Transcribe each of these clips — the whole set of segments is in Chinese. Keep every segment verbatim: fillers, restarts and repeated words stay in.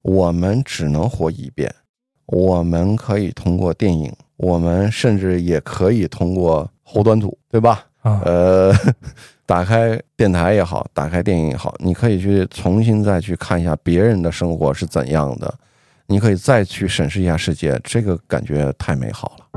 我们只能活一遍，我们可以通过电影，我们甚至也可以通过后端组，对吧？啊、呃，打开电台也好，打开电影也好，你可以去重新再去看一下别人的生活是怎样的，你可以再去审视一下世界，这个感觉太美好了。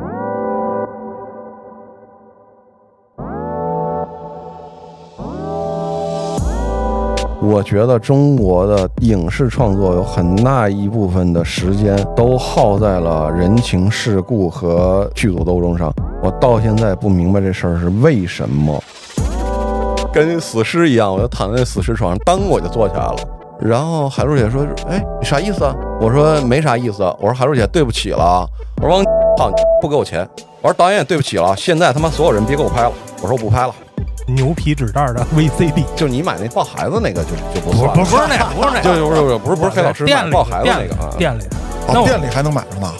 我觉得中国的影视创作有很大一部分的时间都耗在了人情世故和剧组斗争上，我到现在不明白这事儿是为什么。跟死尸一样，我就躺在死尸床上，当我就坐起来了。然后海璐姐说：“哎，你啥意思啊？”我说：“没啥意思。”我说：“海璐姐，对不起了。”我说：“王操，不给我钱。”我说：“导演，对不起了，现在他妈所有人别给我拍了。”我说：“我不拍了。” 牛皮纸袋的 V C D， 就你买那抱孩子那个就就不算了， 不是不是那个，不是那个， 就不是不是不是黑老师买抱孩子那个啊， 店里， 哦，店里还能买着呢。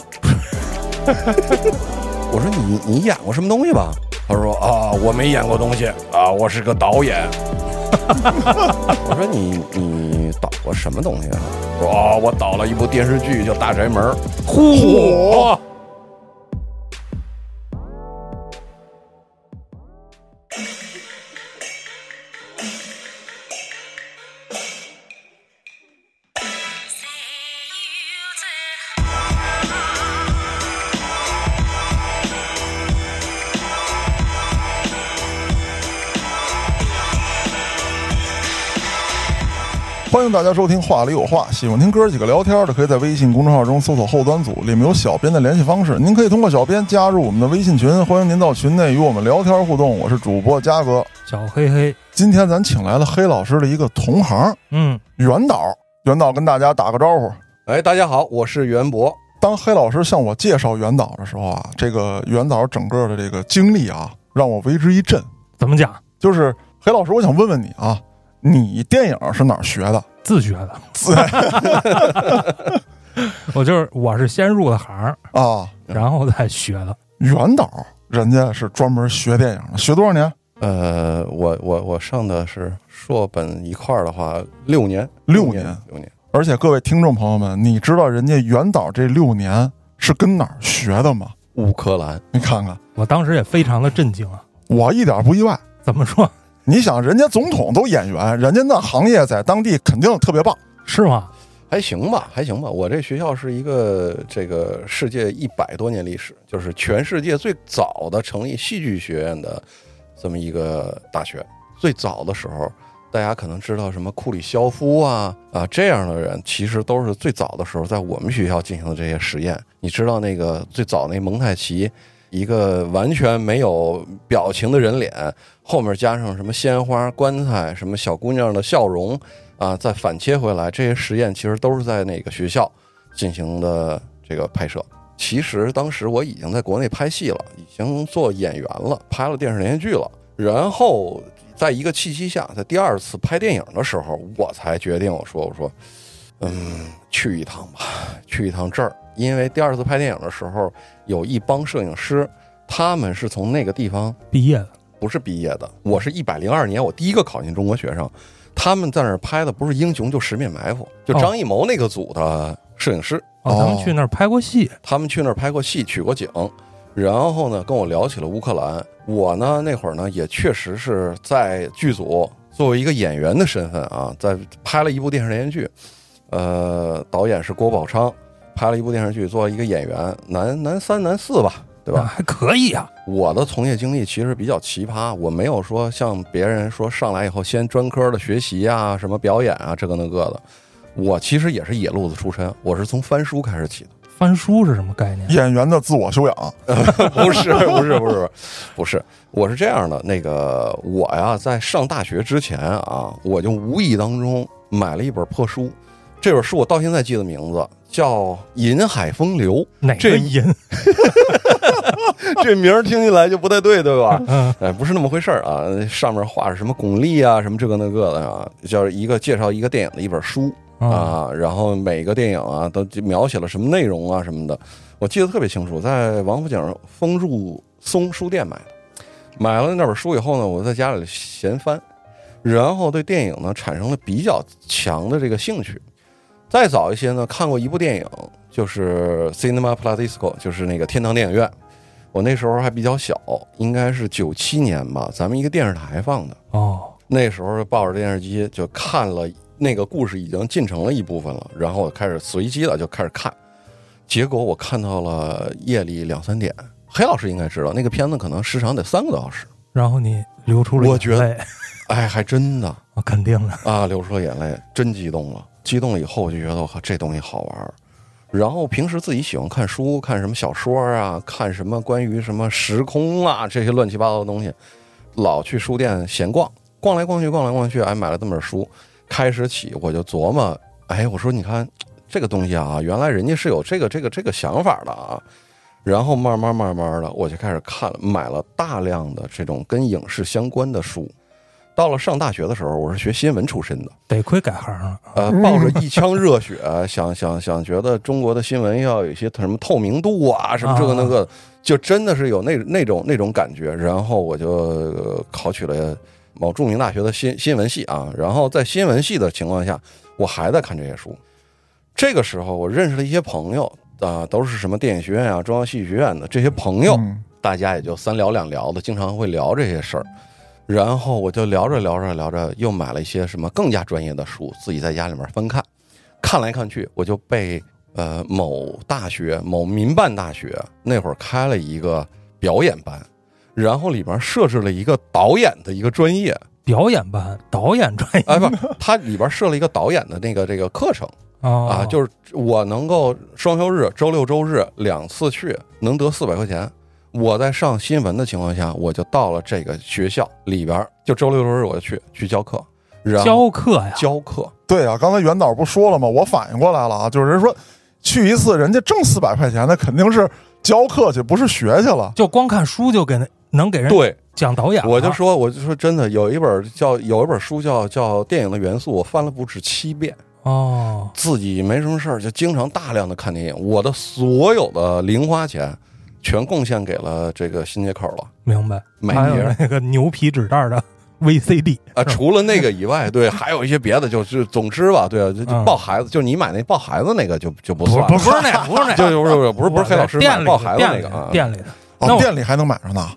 我说你你演过什么东西吧？他说啊，我没演过东西啊，我是个导演。我说你你导过什么东西啊？说啊，我导了一部电视剧叫《大宅门》。 嚯！ 欢迎大家收听话里有话，喜欢听哥几个聊天的可以在微信公众号中搜索后端组，里面有小编的联系方式，您可以通过小编加入我们的微信群，欢迎您到群内与我们聊天互动。我是主播嘉哥， 小黑黑。 今天咱请来了黑老师的一个同行， 嗯， 袁导。袁导跟大家打个招呼。 哎，大家好，我是袁博。 当黑老师向我介绍袁导的时候啊，这个袁导整个的这个经历啊，让我为之一振。 怎么讲？ 就是黑老师，我想问问你啊，你电影是哪儿学的？ 自学的。 自我就是我是先入的行啊， 然后再学的。 袁导人家是专门学电影的，学多少年？ 呃，我我我上的是硕本一块儿的话，六年， 六年， 六年。 而且各位听众朋友们，你知道人家袁导这六年是跟哪儿学的吗？ 乌克兰。 你看看， 我当时也非常的震惊啊。 我一点不意外。 怎么说？ 你想，人家总统都演员，人家那行业在当地肯定特别棒， 是吗？ 还行吧，还行吧。我这学校是一个这个世界一百多年历史，就是全世界最早的成立戏剧学院的这么一个大学。最早的时候，大家可能知道什么库里肖夫啊啊这样的人，其实都是最早的时候在我们学校进行的这些实验。你知道那个最早那蒙太奇，一个完全没有表情的人脸，后面加上什么鲜花、棺材、什么小姑娘的笑容啊，再反切回来，这些实验其实都是在那个学校进行的这个拍摄。其实当时我已经在国内拍戏了，已经做演员了，拍了电视连续剧了。然后在一个契机下，在第二次拍电影的时候，我才决定，我说我说嗯，去一趟吧，去一趟这儿。因为第二次拍电影的时候，有一帮摄影师，他们是从那个地方毕业的， 不是毕业的。我是一百零二年，我第一个考进中国学生。他们在那儿拍的不是英雄，就十面埋伏，就张艺谋那个组的摄影师。 哦，他们去那儿拍过戏， 他们去那儿拍过戏，取过景。然后呢，跟我聊起了乌克兰。我呢，那会儿呢，也确实是在剧组作为一个演员的身份啊，在拍了一部电视连续剧。呃，导演是郭宝昌。拍了一部电视剧，做一个演员，男男三男四吧，对吧？ 还可以啊。 我的从业经历其实比较奇葩，我没有说像别人说上来以后先专科的学习啊，什么表演啊，这个那个的。我其实也是野路子出身，我是从翻书开始起的。 翻书是什么概念？ 演员的自我修养？ 不是，不是，不是，不是。我是这样的，那个我呀，在上大学之前啊，我就无意当中买了一本破书。这本书我到现在记得名字叫《银海风流》， 哪个银？ 这名儿听起来就不太对，对吧？嗯，哎，不是那么回事儿啊。上面画着什么巩俐啊，什么这个那个的啊，叫一个介绍一个电影的一本书啊。然后每个电影啊都描写了什么内容啊什么的，我记得特别清楚，在王府井丰入松书店买的。买了那本书以后呢，我在家里闲翻，然后对电影呢产生了比较强的这个兴趣。 再早一些呢，看过一部电影，就是 Cinema Paradiso， 就是那个天堂电影院。我那时候还比较小，应该是九七年吧，咱们一个电视台放的。 哦， 那时候抱着电视机就看了，那个故事已经进成了一部分了，然后我开始随机的就开始看。结果我看到了夜里两三点，黑老师应该知道，那个片子可能时长得三个多小时。 然后你流出了眼泪， 我觉得，哎，还真的， 我肯定的啊，流出了眼泪，真激动了。激动了以后，我就觉得我靠，这东西好玩。然后平时自己喜欢看书，看什么小说啊，看什么关于什么时空啊这些乱七八糟的东西，老去书店闲逛，逛来逛去，逛来逛去，哎，买了这么本书。开始起我就琢磨，哎，我说你看这个东西啊，原来人家是有这个这个这个想法的啊。然后慢慢慢慢的，我就开始看了，买了大量的这种跟影视相关的书。到了上大学的时候，我是学新闻出身的， 得亏改行了。 呃，抱着一腔热血，想想想，觉得中国的新闻要有一些什么透明度啊，什么这个那个，就真的是有那那种那种感觉。然后我就考取了某著名大学的新新闻系啊。然后在新闻系的情况下，我还在看这些书。这个时候，我认识了一些朋友啊、呃，都是什么电影学院啊、中央戏剧学院的这些朋友， 嗯、 大家也就三聊两聊的，经常会聊这些事儿。然后我就聊着聊着聊着，又买了一些什么更加专业的书，自己在家里面翻看，看来看去，我就被呃某大学某民办大学那会儿开了一个表演班，然后里边设置了一个导演的一个专业。 表演班，导演专业？ 哎，不，它里边设了一个导演的那个这个课程、 哦、 啊，就是我能够双休日、周六周日两次去，能得四百块钱。我在上新闻的情况下，我就到了这个学校里边，就周六周日我就去去教课，然后教课呀， 教课。 对啊，刚才袁导不说了吗？我反应过来了啊，就是人说去一次，人家挣四百块钱，那肯定是教课去，不是学去了。 就光看书就给能给人对讲导演。 我就说，我就说真的，有一本叫有一本书叫叫电影的元素，我翻了不止七遍。 哦， 自己没什么事儿，就经常大量的看电影，我的所有的零花钱全贡献给了这个新街口了。 明白。 每还有那个牛皮纸袋的 V C D 啊，除了那个以外，对，还有一些别的，就是总之吧，对啊，就就抱孩子，就你买那抱孩子那个就就不算了， 不是不是那个，不是那个， 就不是不是不是黑老师买抱孩子那个啊， 店里的， 哦，店里还能买着呢。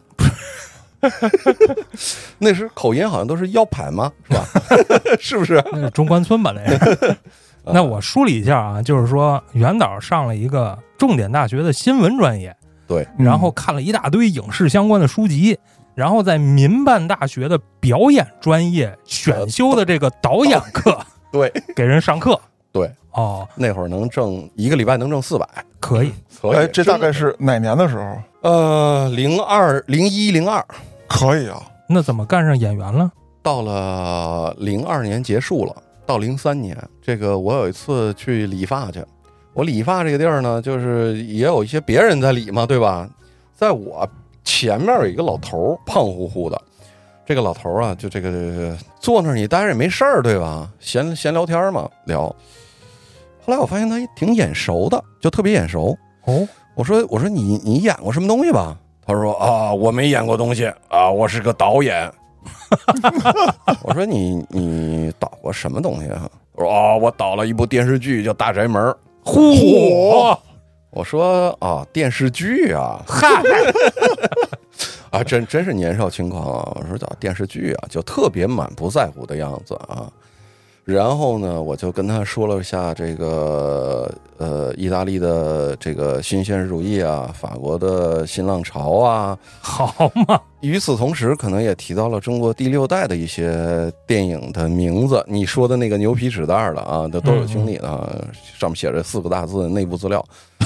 那时口音好像都是腰盘吗？是吧？是不是？ 那是中关村吧？那个。那我梳理一下啊，就是说袁导上了一个重点大学的新闻专业， 对， 然后看了一大堆影视相关的书籍，然后在民办大学的表演专业选修的这个导演课， 对， 给人上课， 对， 哦， 那会儿能挣一个礼拜能挣四百， 可以， 可以。 哎，这大概是哪年的时候？ 呃，零二零一零二， 可以啊。 那怎么干上演员了？ 到了零二年结束了。到零三年，这个我有一次去理发去，我理发这个地儿呢，就是也有一些别人在理嘛，对吧？在我前面有一个老头，胖乎乎的，这个老头啊，就这个、这个、坐那儿，你待着也没事儿，对吧？闲闲聊天嘛，聊。后来我发现他挺眼熟的，就特别眼熟。 哦， 我说我说你你演过什么东西吧？他说啊，我没演过东西啊，我是个导演。我说你你导过什么东西啊？我说哦，我导了一部电视剧叫《大宅门》。 嚯！ 我说啊，电视剧啊， 嗨， 啊，真真是年少轻狂啊！我说导电视剧啊，就特别满不在乎的样子啊。然后呢，我就跟他说了一下这个呃，意大利的这个新现实主义啊，法国的新浪潮啊， 好嘛。 与此同时，可能也提到了中国第六代的一些电影的名字。你说的那个牛皮纸袋的啊，都都有经历的，嗯、上面写着四个大字内部资料。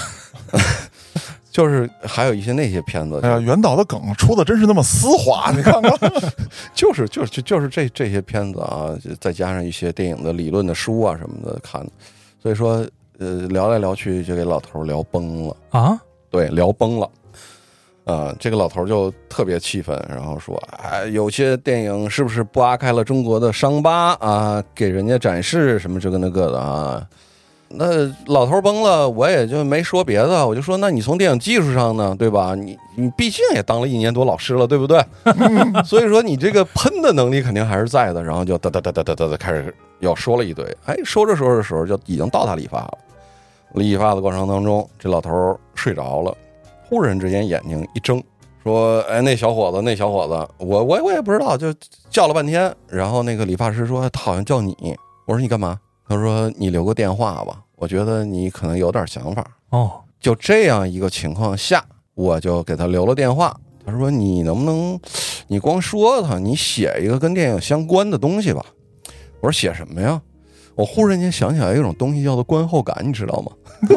就是还有一些那些片子， 哎呀，袁导的梗出的真是那么丝滑，你看看， 就是就是就就是这这些片子啊，再加上一些电影的理论的书啊什么的看的，所以说呃聊来聊去就给老头聊崩了啊， 对，聊崩了。啊、呃，这个老头就特别气愤，然后说：“哎，有些电影是不是扒开了中国的伤疤啊，给人家展示什么这个那个的啊？” 那老头崩了，我也就没说别的，我就说，那你从电影技术上呢，对吧？你你毕竟也当了一年多老师了，对不对？所以说你这个喷的能力肯定还是在的。然后就哒哒哒哒哒哒哒开始要说了一堆，哎，说着说着的时候就已经到他理发了。理发的过程当中，这老头睡着了，忽然之间眼睛一睁，说：“哎，那小伙子，那小伙子，我我我也不知道，就叫了半天。然后那个理发师说他好像叫你，我说你干嘛？他说你留个电话吧，我觉得你可能有点想法。 哦，就这样一个情况下，我就给他留了电话。他说你能不能，你光说他，你写一个跟电影相关的东西吧。我说写什么呀？我忽然间想起来有一种东西叫做观后感，你知道吗？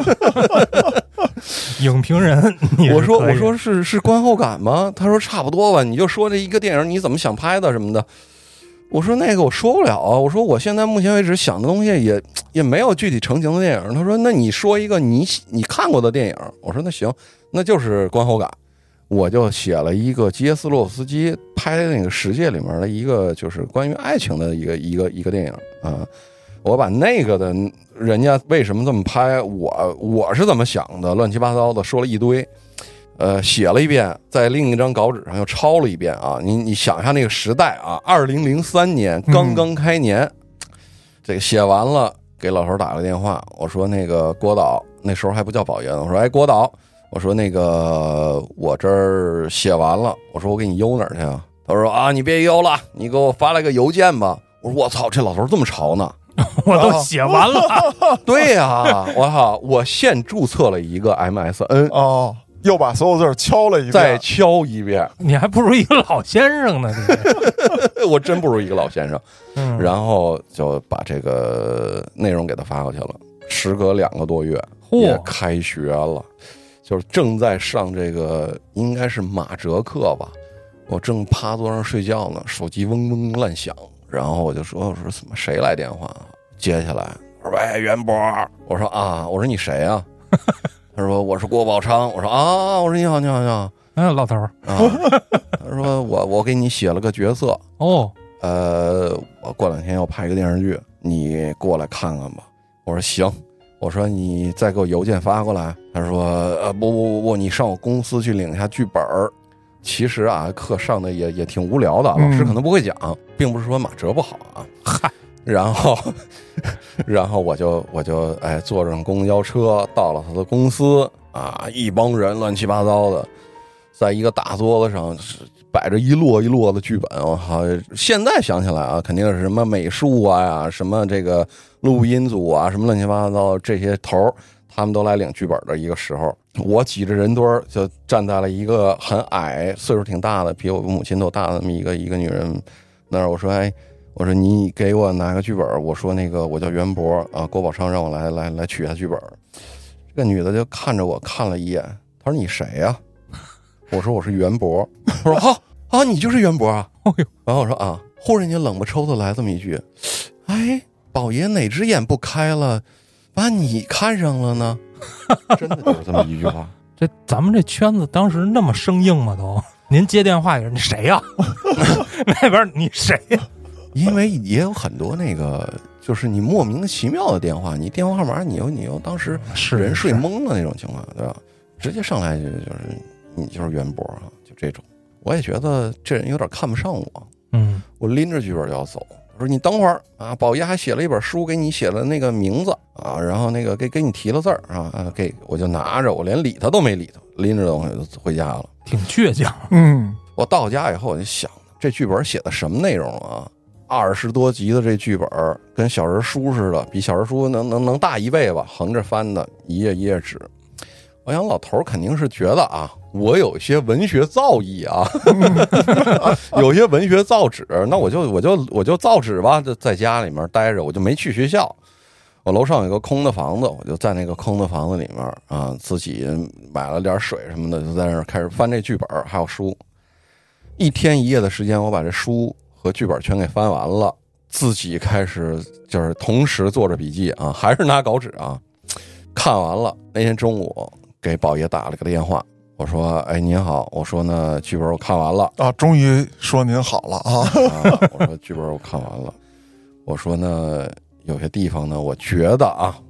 影评人， 我说我说是是观后感吗？他说差不多吧，你就说这一个电影你怎么想拍的什么的。我说那个我说不了啊，我说我现在目前为止想的东西也也没有具体成型的电影。他说那你说一个你你看过的电影。我说那行，那就是观后感。我就写了一个基耶斯洛夫斯基拍的那个世界里面的一个就是关于爱情的一个一个一个电影啊。我把那个的人家为什么这么拍，我我是怎么想的，乱七八糟的说了一堆，呃，写了一遍，在另一张稿纸上又抄了一遍啊。你你想一下那个时代啊，二零零三年刚刚开年，嗯、这个写完了，给老头打个电话，我说那个郭导，那时候还不叫保研，我说哎郭导，我说那个我这儿写完了，我说我给你邮哪儿去啊？他说啊你别邮了，你给我发来个邮件吧。我说我操，这老头这么潮呢。 我都写完了， 对呀、啊，我靠，我现注册了一个 M S N 哦，又把所有字敲了一遍， 再敲一遍， 你还不如一个老先生呢， 我真不如一个老先生。 嗯， 然后就把这个内容给他发过去了。时隔两个多月，也开学了，就是正在上这个应该是马哲课吧，我正趴桌上睡觉呢，手机嗡嗡乱响。然后我就说：“我说怎么谁来电话？”接下来，我说：“喂，袁博。”我说：“啊，我说你谁啊？”他说：“我是郭宝昌。”我说：“啊，我说你好，你好，你好。” 嗯，老头儿啊，他说：“我我给你写了个角色哦， 呃，我过两天要拍一个电视剧，你过来看看吧。”我说：“行。”我说：“你再给我邮件发过来。”他说：“呃，不不不不，你上我公司去领一下剧本。”其实啊，课上的也也挺无聊的，老师可能不会讲，嗯、并不是说马哲不好啊。嗨，然后，然后我就我就哎坐上公交车到了他的公司啊，一帮人乱七八糟的，在一个大桌子上摆着一摞一摞的剧本。我靠，现在想起来啊，肯定是什么美术啊呀，什么这个录音组啊，什么乱七八糟这些头，他们都来领剧本的一个时候。我挤着人堆儿就站在了一个很矮、岁数挺大的，比我母亲都大的那么一个一个女人那儿。我说：“哎，我说你给我拿个剧本。”我说：“那个我叫袁博啊，郭宝昌让我来来来取下剧本。”这个女的就看着我看了一眼，她说：“你谁呀、啊？”我说：“我是袁博。”我说：“啊啊，你就是袁博啊！”然后我说：“啊。”忽然间冷不抽的来这么一句：“哎，宝爷哪只眼不开了，把你看上了呢？”真的就是这么一句话。 这咱们这圈子当时那么生硬吗？都您接电话也是你谁呀、啊？那边你谁呀、啊？ 因为也有很多那个，就是你莫名其妙的电话，你电话号码你又你又当时人睡懵了那种情况，对吧？直接上来就就是你就是袁博啊，就这种。我也觉得这人有点看不上我， 嗯， 我拎着剧本就要走。我说你等会儿啊，宝爷还写了一本书，给你写了那个名字啊，然后那个给给你提了字儿啊，给我就拿着，我连理他都没理他，拎着东西就回家了， 挺倔强。 嗯， 我到家以后我就想，这剧本写的什么内容啊？二十多集的这剧本跟小人书似的，比小人书能能能大一倍吧，横着翻的，一页一页纸。我想老头肯定是觉得啊，我有一些文学造诣啊，有些文学造纸，那我就我就我就造纸吧，就在家里面待着，我就没去学校。我楼上有个空的房子，我就在那个空的房子里面啊，自己买了点水什么的，就在那儿开始翻这剧本还有书。一天一夜的时间，我把这书和剧本全给翻完了，自己开始就是同时做着笔记啊，还是拿稿纸啊。看完了那天中午。给宝爷打了个电话，我说：“哎，您好，我说呢，剧本我看完了啊，终于说您好了啊。 啊”我说剧本我看完了，我说呢，有些地方呢，我觉得啊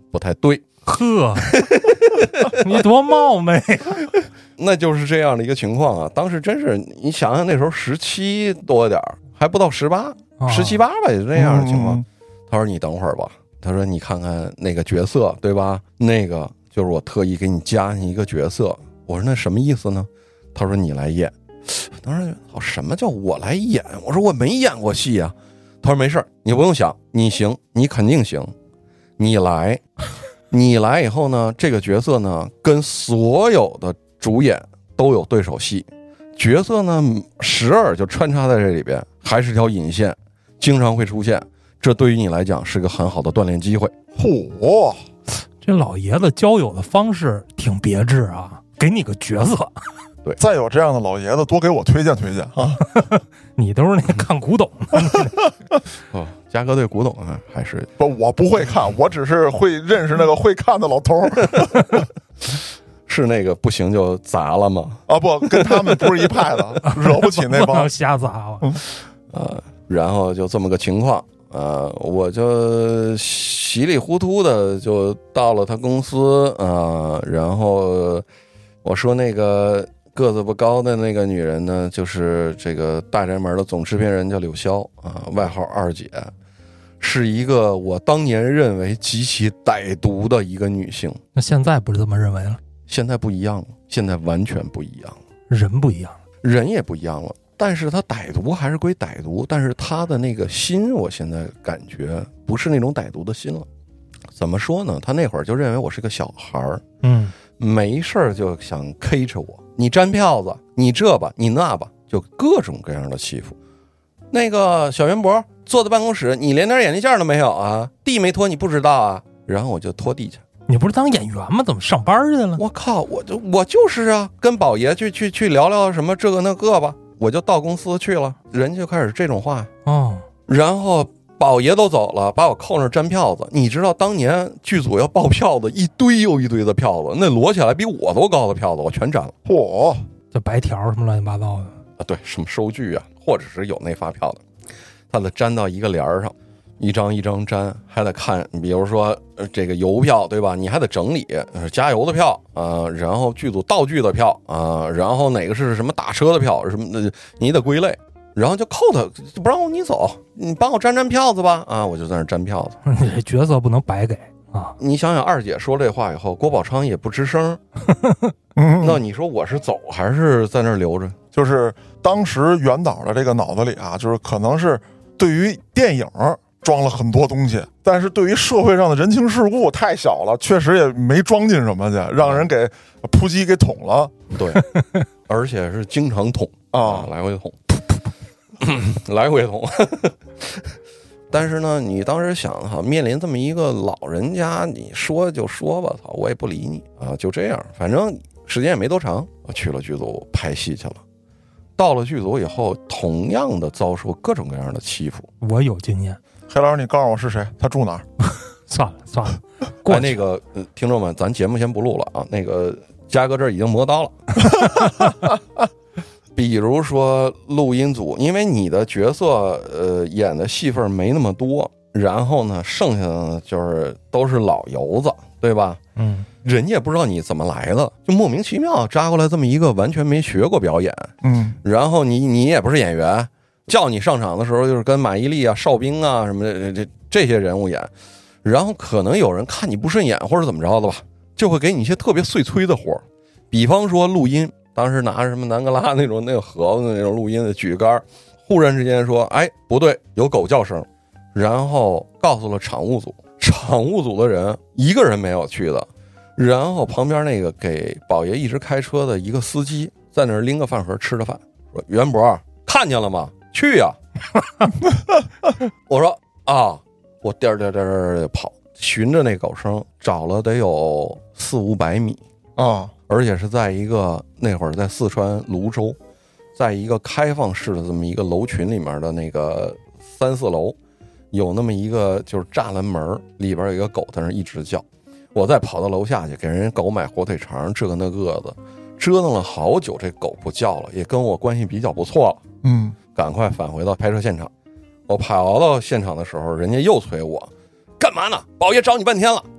不太对。 呵，你多冒昧。 那就是这样的一个情况啊！当时真是，你想想那时候十七多点儿，还不到十八，十七八吧，也是这样的情况。 嗯、 他说：“你等会儿吧。”他说：“你看看那个角色，对吧？那个就是我特意给你加上一个角色。”我说：“那什么意思呢？”他说：“你来演。”当时好，什么叫我来演？我说我没演过戏啊。他说：“没事，你不用想，你行，你肯定行，你来，你来以后呢，这个角色呢，跟所有的主演都有对手戏，角色呢时而就穿插在这里边，还是条引线，经常会出现。这对于你来讲是个很好的锻炼机会。” 嚯， 这老爷子交友的方式挺别致啊，给你个角色。 对， 再有这样的老爷子，多给我推荐推荐啊！ 你都是那看古董的。 哦，嘉哥对古董啊，还是不，我不会看，我只是会认识那个会看的老头儿。 是那个不行就砸了吗？ 啊，不，跟他们不是一派的，惹不起那帮瞎砸了。 呃，然后就这么个情况，呃，我就稀里糊涂的就到了他公司啊、呃，然后我说那个个子不高的那个女人呢，就是这个大宅门的总制片人叫柳萧啊、呃，外号二姐，是一个我当年认为极其歹毒的一个女性。 那现在不是这么认为了？ 现在不一样了，现在完全不一样了， 人不一样了， 人也不一样了。但是他歹毒还是归歹毒，但是他的那个心，我现在感觉不是那种歹毒的心了。怎么说呢？他那会儿就认为我是个小孩儿， 嗯， 没事儿就想 K 着我，你粘票子，你这吧，你那吧，就各种各样的欺负。那个小袁博坐在办公室，你连点眼镜架都没有啊？地没拖你不知道啊？然后我就拖地去。 你不是当演员吗？怎么上班去了？ 我靠，我就我就是啊，跟宝爷去去去聊聊什么这个那个吧，我就到公司去了，人就开始这种话哦。 然后宝爷都走了，把我扣那粘票子。你知道当年剧组要报票子，一堆又一堆的票子，那摞起来比我都高的票子，我全粘了。 嚯， 这白条什么乱七八糟的啊，对，什么收据啊，或者是有那发票的，他得粘到一个帘儿上。一张一张粘，还得看，比如说、呃、这个邮票，对吧？你还得整理，呃、加油的票啊、呃，然后剧组道具的票啊、呃，然后哪个是什么打车的票什么的，你得归类，然后就扣他，就不让你走，你帮我粘粘票子吧啊，我就在那粘票子。 你这角色不能白给啊！ 你想想，二姐说这话以后，郭宝昌也不吱声，那你说我是走还是在那儿留着？ 就是当时袁导的这个脑子里啊，就是可能是对于电影装了很多东西，但是对于社会上的人情世故太小了，确实也没装进什么去，让人给扑击给捅了。 对，而且是经常捅啊， 来回捅，来回捅。但是呢，你当时想哈，面临这么一个老人家，你说就说吧，操，我也不理你啊，就这样。反正时间也没多长，我去了剧组拍戏去了。到了剧组以后，同样的遭受各种各样的欺负。 我有经验。 黑老师，你告诉我是谁？他住哪儿？ 算了算了， 过、哎、那个、呃、听众们，咱节目先不录了啊。那个嘉哥这儿已经磨刀了。比如说录音组，因为你的角色呃演的戏份没那么多，然后呢，剩下的呢就是都是老油子，对吧？ 嗯， 人家也不知道你怎么来的，就莫名其妙扎过来这么一个完全没学过表演， 嗯， 然后你你也不是演员。叫你上场的时候，就是跟马伊琍啊、邵兵啊什么的这这些人物演，然后可能有人看你不顺眼或者怎么着的吧，就会给你一些特别碎催的活，比方说录音，当时拿着什么南格拉那种那个盒子那种录音的举杆，忽然之间说，哎，不对，有狗叫声，然后告诉了场务组，场务组的人一个人没有去的，然后旁边那个给宝爷一直开车的一个司机在那儿拎个饭盒吃着饭，说袁博看见了吗？去呀、啊！我说啊，我颠颠颠颠跑，循着那狗声找了得有四五百米啊， 而且是在一个那会儿在四川泸州，在一个开放式的这么一个楼群里面的那个三四楼，有那么一个就是栅栏门，里边有一个狗在那一直叫，我再跑到楼下去给人狗买火腿肠，这个那个的，折腾了好久，这狗不叫了，也跟我关系比较不错了， 嗯。 赶快返回到拍摄现场，我跑到现场的时候，人家又催我，干嘛呢？宝爷找你半天了。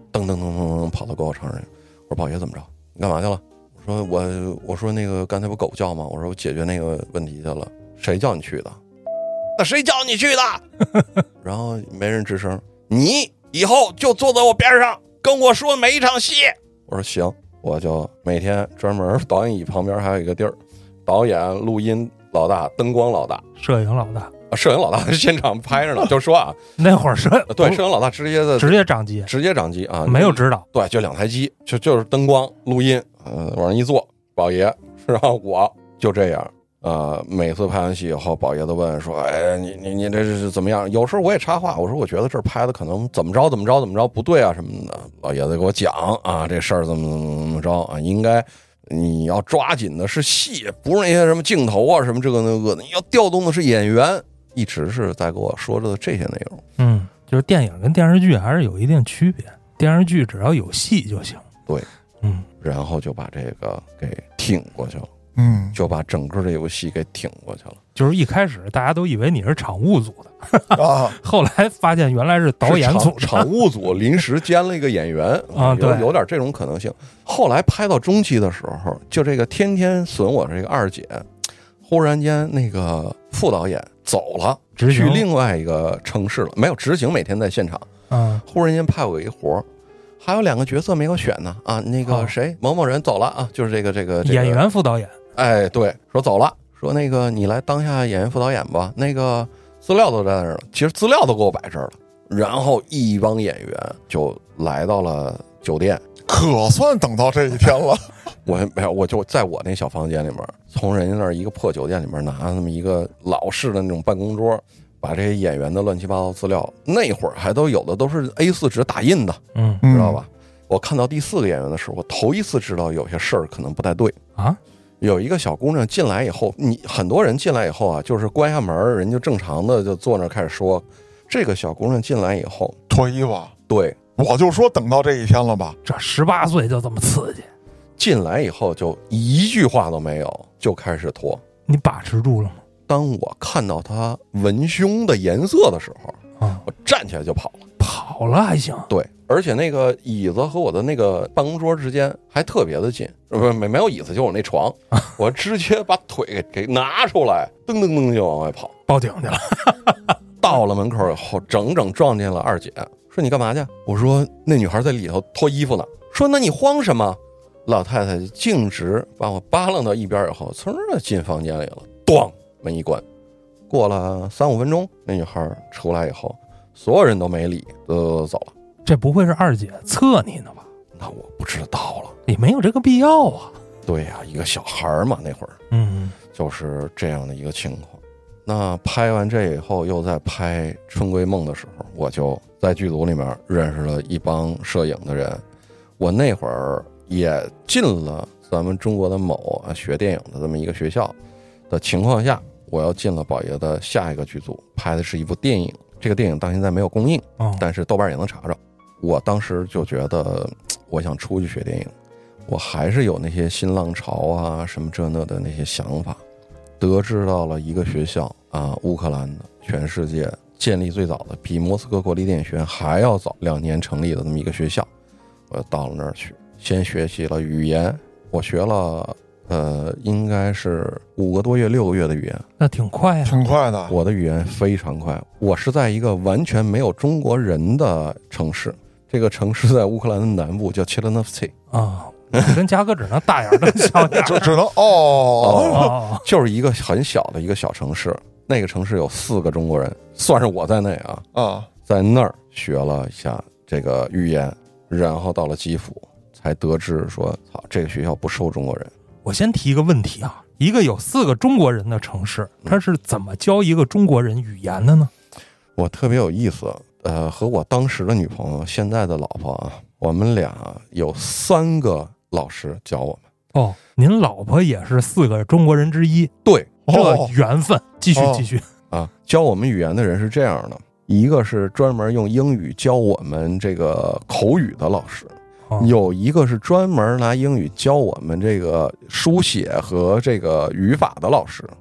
噔噔噔噔噔跑到购物城上，我说宝爷怎么着？你干嘛去了？我说我我说那个刚才不狗叫吗？我说我解决那个问题去了。谁叫你去的？那谁叫你去的？然后没人吱声。你以后就坐在我边上，跟我说每一场戏。我说行，我就每天专门导演椅旁边还有一个地儿，导演、录音老大、灯光老大、 摄影老大。 啊，摄影老大现场拍着呢，就说啊， 那会儿摄对摄影老大直接的直接掌机， 直接掌机啊， 没有指导， 对，就两台机，就就是灯光、录音，呃，往上一坐，宝爷，然后我就这样，呃，每次拍完戏以后，宝爷都问说，哎，你你你这是怎么样？有时候我也插话，我说我觉得这儿拍的可能怎么着怎么着怎么着不对啊什么的，老爷子给我讲啊，这事儿怎么怎么怎么着啊，应该。你要抓紧的是戏，不是那些什么镜头啊，什么这个那个的，你要调动的是演员。一直是在跟我说着的这些内容。 嗯，就是电影跟电视剧还是有一定区别，电视剧只要有戏就行。 对， 嗯， 然后就把这个给挺过去了。 嗯， 就把整个这游戏给挺过去了。 就是一开始大家都以为你是场务组的啊， 后来发现原来是导演组的， 场务组临时兼了一个演员啊，对， 有有点这种可能性。后来拍到中期的时候，就这个天天损我这个二姐，忽然间那个副导演走了，去另外一个城市了，没有执行，每天在现场。 嗯， 忽然间派我一活，还有两个角色没有选呢啊，那个谁、哦、某某人走了啊，就是这个这个、这个、 演员副导演。 哎，对，说走了，说那个你来当下演员副导演吧，那个资料都在那儿了，其实资料都给我摆这儿了。然后一帮演员就来到了酒店， 可算等到这一天了。 我没有，我就在我那小房间里面，从人家那儿一个破酒店里面拿那么一个老式的那种办公桌，把这些演员的乱七八糟资料，那会儿还都有的都是 A 四 纸打印的， 嗯， 知道吧？我看到第四个演员的时候，我头一次知道有些事儿可能不太对啊。 有一个小姑娘进来以后，你很多人进来以后啊，就是关下门，人就正常的就坐那儿开始说。这个小姑娘进来以后脱衣服， 对， 我就说等到这一天了吧。 这十八岁就这么刺激， 进来以后就一句话都没有，就开始脱。 你把持住了吗？ 当我看到她文胸的颜色的时候，啊，我站起来就跑了。 跑了还行？ 对，而且那个椅子和我的那个办公桌之间还特别的近，不没没有椅子，就我那床，我直接把腿给给拿出来，噔噔噔就往外跑， 报警去了。 到了门口以后，整整撞见了二姐，说你干嘛去？我说那女孩在里头脱衣服呢。说那你慌什么？老太太径直把我扒拉到一边以后，噌的进房间里了，咣，门一关。过了三五分钟，那女孩出来以后，所有人都没理，都走了。 这不会是二姐测你呢吧？ 那我不知道了， 也没有这个必要啊。 对呀、啊，一个小孩嘛，那会儿， 嗯， 就是这样的一个情况。那拍完这以后，又在拍《春闺梦》的时候，我就在剧组里面认识了一帮摄影的人。我那会儿也进了咱们中国的某啊学电影的这么一个学校的情况下，我要进了宝爷的下一个剧组，拍的是一部电影。这个电影到现在没有公映，但是豆瓣也能查着。我当时就觉得，我想出去学电影，我还是有那些新浪潮啊什么这那的那些想法。得知到了一个学校啊，乌克兰的，全世界建立最早的，比莫斯科国立电影学院还要早两年成立的这么一个学校，我到了那儿去，先学习了语言，我学了呃，应该是五个多月、六个月的语言， 那挺快呀、啊， 挺快的。 我的语言非常快，我是在一个完全没有中国人的城市，这个城市在乌克兰的南部，叫切勒诺夫茨啊。跟嘉哥只能大眼瞪小眼， 就只能哦哦， 就是一个很小的一个小城市。那个城市有四个中国人，算是我在内啊啊， 在那儿学了一下这个语言，然后到了基辅，才得知说，操，这个学校不收中国人。 我先提一个问题啊，一个有四个中国人的城市，他是怎么教一个中国人语言的呢？ 我特别有意思，呃，和我当时的女朋友，现在的老婆啊，我们俩有三个老师教我们。 哦，您老婆也是四个中国人之一。 对， 这缘分。继续继续啊！教我们语言的人是这样的，一个是专门用英语教我们这个口语的老师，哦、有一个是专门拿英语教我们这个书写和这个语法的老师。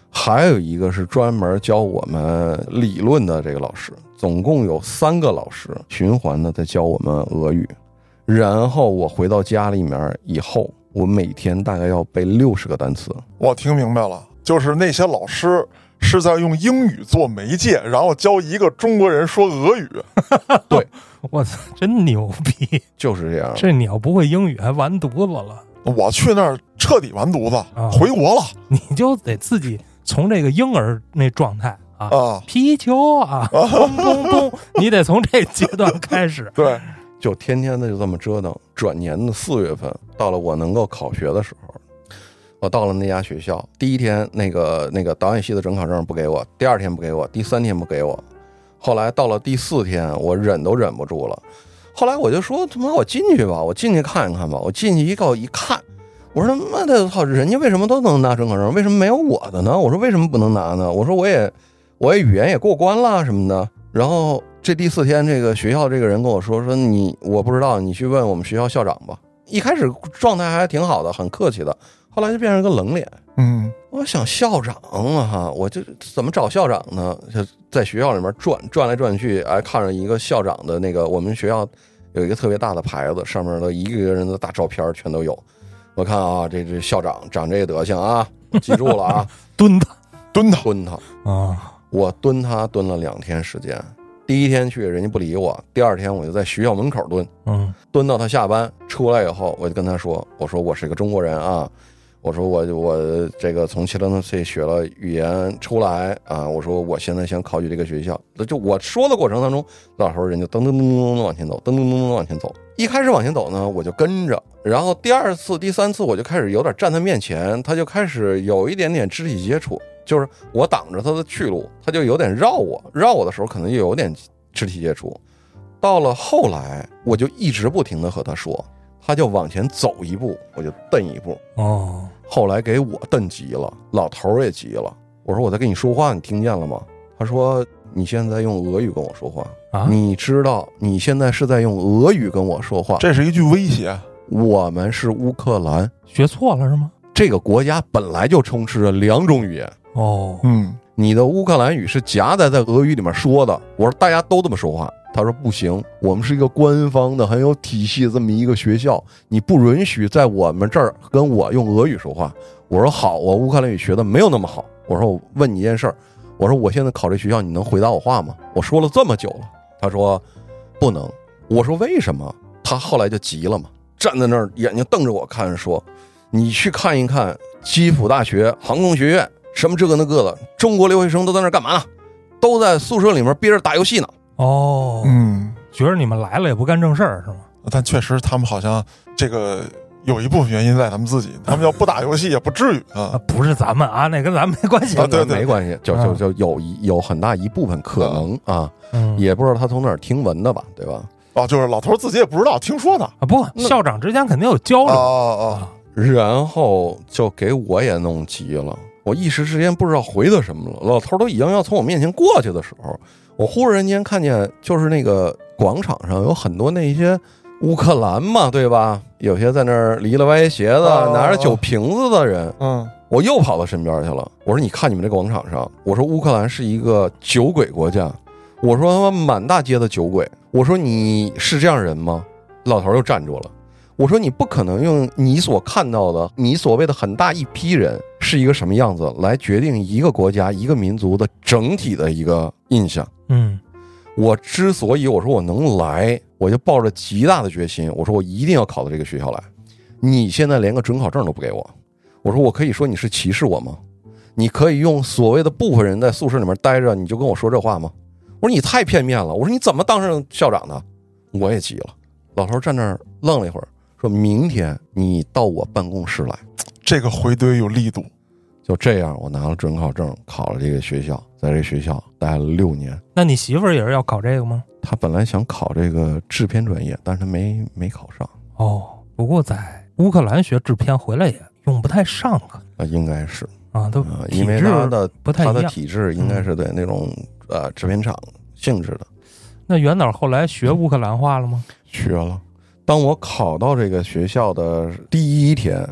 还有一个是专门教我们理论的这个老师，总共有三个老师循环的在教我们俄语。然后我回到家里面以后，我每天大概要背六十个单词。 我听明白了，就是那些老师是在用英语做媒介，然后教一个中国人说俄语。 对， 我操，真牛逼！ 就是这样。 这你要不会英语，还完犊子了。 我去那儿彻底完犊子， 啊、 回国了。 你就得自己从这个婴儿那状态啊， 啊皮球啊，咚咚咚，你得从这阶段开始。 对。 就天天的就这么折腾。转年的四月份，到了我能够考学的时候，我到了那家学校，第一天那个那个导演系的准考证不给我，第二天不给我，第三天不给我，后来到了第四天，我忍都忍不住了。后来我就说他妈我进去吧，我进去看一看吧。我进去一个一看，我说他妈的操，人家为什么都能拿准考证，为什么没有我的呢？我说为什么不能拿呢？我说我也我也语言也过关了什么的。然后这第四天，这个学校这个人跟我说说你我不知道，你去问我们学校校长吧。一开始状态还挺好的，很客气的，后来就变成一个冷脸。 嗯， 我想校长啊哈，我就怎么找校长呢？就在学校里面转转来转去，哎，看着一个校长的那个，我们学校有一个特别大的牌子，上面的一个一个人的大照片全都有。我看啊，这这校长长这个德行啊，记住了啊， 蹲他， 蹲他， 蹲他啊！ 我蹲他蹲了两天时间。第一天去人家不理我，第二天我就在学校门口蹲， 嗯， 蹲到他下班出来以后，我就跟他说，我说我是个中国人啊，我说我我这个从七零岁学了语言出来啊，我说我现在想考取这个学校，就我说的过程当中，老头人就噔噔噔噔噔往前走，噔噔噔噔往前走。一开始往前走呢，我就跟着，然后第二次、第三次我就开始有点站他面前，他就开始有一点点肢体接触。就是我挡着他的去路，他就有点绕我，绕我的时候可能就有点肢体接触。到了后来，我就一直不停的和他说，他就往前走一步，我就蹬一步。 哦， 后来给我蹬急了，老头也急了。我说我在跟你说话，你听见了吗？他说你现在用俄语跟我说话啊？ 你知道你现在是在用俄语跟我说话， 这是一句威胁。 我们是乌克兰， 学错了是吗？ 这个国家本来就充斥着两种语言。 哦， 嗯， 你的乌克兰语是夹杂在俄语里面说的。我说大家都这么说话，他说不行，我们是一个官方的很有体系的这么一个学校，你不允许在我们这儿跟我用俄语说话。我说好，我乌克兰语学的没有那么好。我说我问你一件事儿，我说我现在考这学校，你能回答我话吗？我说了这么久了。他说不能。我说为什么？他后来就急了嘛，站在那儿眼睛瞪着我看，说你去看一看基辅大学航空学院，什么这个那个的，中国留学生都在那干嘛呢？都在宿舍里面憋着打游戏呢。 哦， 嗯， 觉得你们来了也不干正事儿是吗？ 但确实他们好像这个有一部分原因在他们自己，他们要不打游戏也不至于啊。 啊不是咱们啊，那跟咱们没关系啊对对没关系，就就就有一有很大一部分可能啊， 嗯也不知道他从哪儿听闻的吧，对吧？ 哦，就是老头自己也不知道，听说的啊，不，校长之间肯定有交流啊啊。 然后就给我也弄急了，我一时之间不知道回他什么了。老头都已经要从我面前过去的时候，我忽然间看见，就是那个广场上有很多那些乌克兰嘛，对吧？有些在那儿离了歪斜的， 啊、 拿着酒瓶子的人。 嗯， 我又跑到身边去了。我说：“你看你们这个广场上，我说乌克兰是一个酒鬼国家，我说他妈满大街的酒鬼。我说你是这样人吗？”老头又站住了。我说你不可能用你所看到的，你所谓的很大一批人是一个什么样子来决定一个国家、一个民族的整体的一个印象。 嗯， 我之所以我说我能来，我就抱着极大的决心，我说我一定要考到这个学校来。你现在连个准考证都不给我，我说我可以说你是歧视我吗？你可以用所谓的部分人在宿舍里面待着，你就跟我说这话吗？我说你太片面了。我说你怎么当上校长的？我也急了。老头站那儿愣了一会儿，说明天你到我办公室来。 这个回怼有力度。 就这样，我拿了准考证，考了这个学校，在这学校待了六年。 那你媳妇儿也是要考这个吗？ 她本来想考这个制片专业，但是她没没考上。 哦，不过在乌克兰学制片回来也用不太上啊。 啊，应该是啊，都啊，因为他的不太一样， 他的体制应该是对那种、嗯、呃制片厂性质的。 那袁导后来学乌克兰话了吗？ 学了。当我考到这个学校的第一天，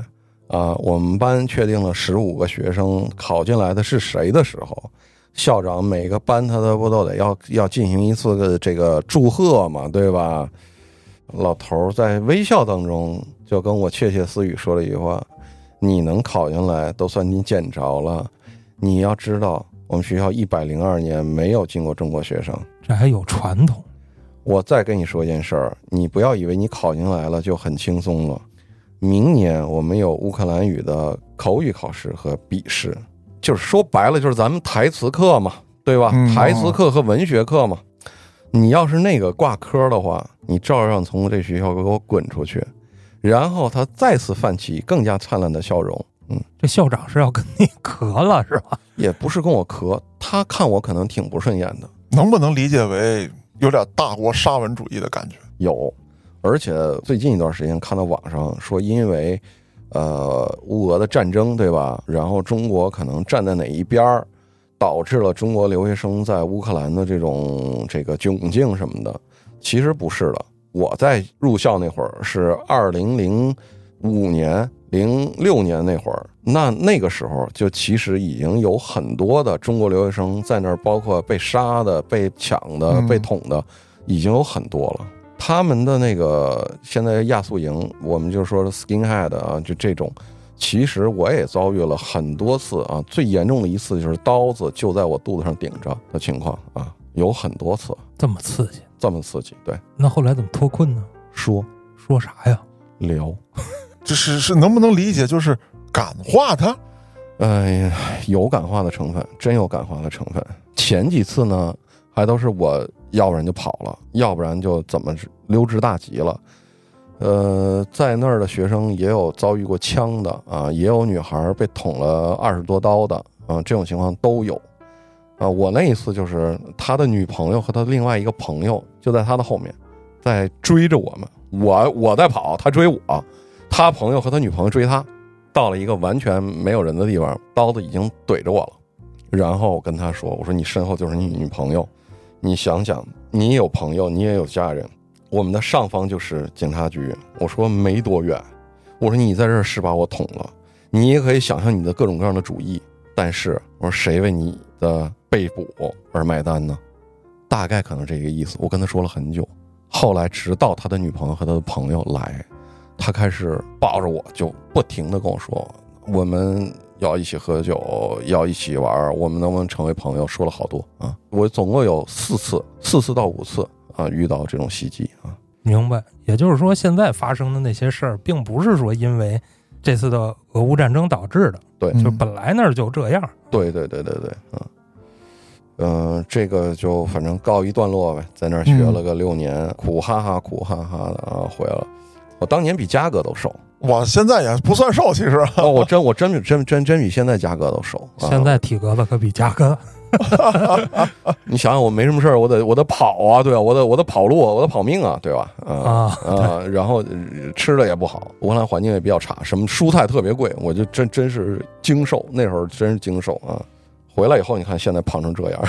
啊，我们班确定了十五个学生考进来的是谁的时候，校长每个班他都不都得要要进行一次的这个祝贺嘛，对吧？老头在微笑当中就跟我窃窃私语说了一句话：你能考进来都算你捡着了，你要知道我们学校一百零二年没有进过中国学生， 这还有传统。 我再跟你说一件事儿，你不要以为你考进来了就很轻松了。明年我们有乌克兰语的口语考试和笔试，就是说白了就是咱们台词课嘛，对吧？ 嗯、 台词课和文学课嘛。你要是那个挂科的话，你照样从这学校给我滚出去。然后他再次泛起更加灿烂的笑容。嗯， 这校长是要跟你咳了是吧？ 也不是跟我咳，他看我可能挺不顺眼的。 能不能理解为有点大国沙文主义的感觉？ 有，而且最近一段时间看到网上说，因为呃乌俄的战争，对吧？然后中国可能站在哪一边，导致了中国留学生在乌克兰的这种这个窘境什么的。其实不是的，我在入校那会儿是二零零五年、零六年那会儿，那那个时候就其实已经有很多的中国留学生在那儿，包括被杀的、被抢的、被捅的，已经有很多了。他们的那个现在亚速营，我们就说 skinhead 啊，就这种，其实我也遭遇了很多次啊。最严重的一次就是刀子就在我肚子上顶着的情况啊，有很多次。 这么刺激， 这么刺激，对。 那后来怎么脱困呢？ 说说啥呀？ 聊。 这是是能不能理解就是感化他？ 哎呀，有感化的成分，真有感化的成分。前几次呢，还都是我要不然就跑了，要不然就怎么溜之大吉了。呃，在那儿的学生也有遭遇过枪的啊，也有女孩被捅了二十多刀的啊，这种情况都有。啊，我那一次就是他的女朋友和他另外一个朋友就在他的后面，在追着我们，我我在跑，他追我，他朋友和他女朋友追他，到了一个完全没有人的地方，刀子已经怼着我了。然后我跟他说，我说你身后就是你女朋友，你想想，你有朋友，你也有家人，我们的上方就是警察局，我说没多远，我说你在这儿是把我捅了，你也可以想象你的各种各样的主意，但是我说谁为你的被捕而买单呢？大概可能这个意思。我跟他说了很久，后来直到他的女朋友和他的朋友来，他开始抱着我就不停地跟我说，我们要一起喝酒，要一起玩，我们能不能成为朋友，说了好多啊。我总共有四次四次到五次啊遇到这种袭击啊。 明白，也就是说现在发生的那些事儿并不是说因为这次的俄乌战争导致的， 对， 就本来那儿就这样。 对对对对对，嗯。嗯、呃，这个就反正告一段落呗，在那儿学了个六年，嗯、苦哈哈苦哈哈的啊，回来了。我当年比嘉哥都瘦， 我现在也不算瘦，其实。 哦，我真我真比真真真比现在嘉哥都瘦。 现在体格子可比嘉哥。 你想想，我没什么事儿，我得我得跑啊，对吧？我得我得跑路，我得跑命啊，对吧？啊啊、呃，然后吃的也不好，乌克兰环境也比较差，什么蔬菜特别贵，我就真真是精瘦，那时候真是精瘦啊。回来以后，你看现在胖成这样，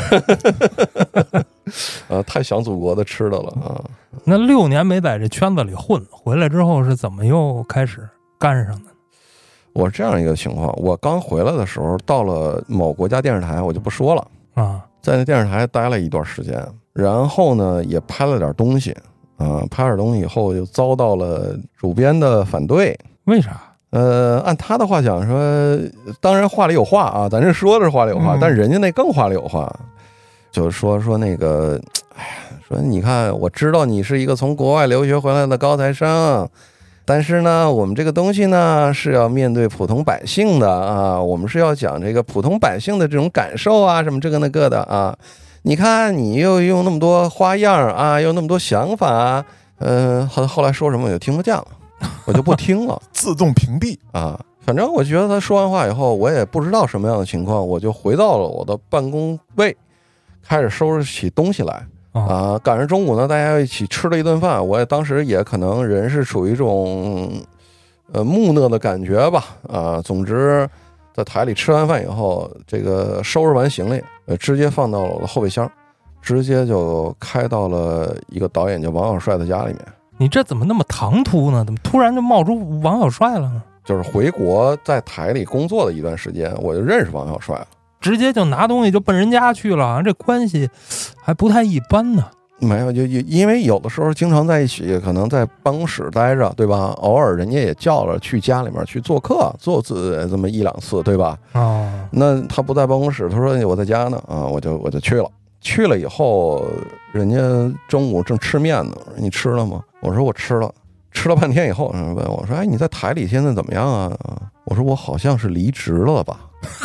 呃，太想祖国的吃的了啊！ 那六年没在这圈子里混，回来之后是怎么又开始干上的？ 我是这样一个情况，我刚回来的时候，到了某国家电视台，我就不说了啊， 在那电视台待了一段时间，然后呢，也拍了点东西啊，拍了点东西以后，就遭到了主编的反对。 为啥？ 呃，按他的话讲说，当然话里有话啊，咱这说的是话里有话，嗯、但是人家那更话里有话，就是说说那个，哎呀，说你看，我知道你是一个从国外留学回来的高材生，但是呢，我们这个东西呢是要面对普通百姓的啊，我们是要讲这个普通百姓的这种感受啊，什么这个那个的啊。你看你又用那么多花样啊，又那么多想法啊，呃，后后来说什么我就听不见了。我就不听了， 自动屏蔽啊！反正我觉得他说完话以后，我也不知道什么样的情况，我就回到了我的办公位，开始收拾起东西来啊。赶上中午呢，大家一起吃了一顿饭，我也当时也可能人是属于一种呃木讷的感觉吧啊。总之，在台里吃完饭以后，这个收拾完行李，呃，直接放到了我的后备箱，直接就开到了一个导演叫王小帅的家里面。 你这怎么那么唐突呢？怎么突然就冒出王小帅了呢？ 就是回国在台里工作的一段时间，我就认识王小帅了。 直接就拿东西就奔人家去了，这关系还不太一般呢。 没有，就因为有的时候经常在一起，可能在办公室待着，对吧？偶尔人家也叫了去家里面去做客，做这这么一两次，对吧？ 哦， 那他不在办公室，他说我在家呢，啊，我就我就去了。去了以后，人家中午正吃面呢，你吃了吗？我说我吃了。吃了半天以后，问我说：“哎，你在台里现在怎么样啊？”我说：“我好像是离职了吧。”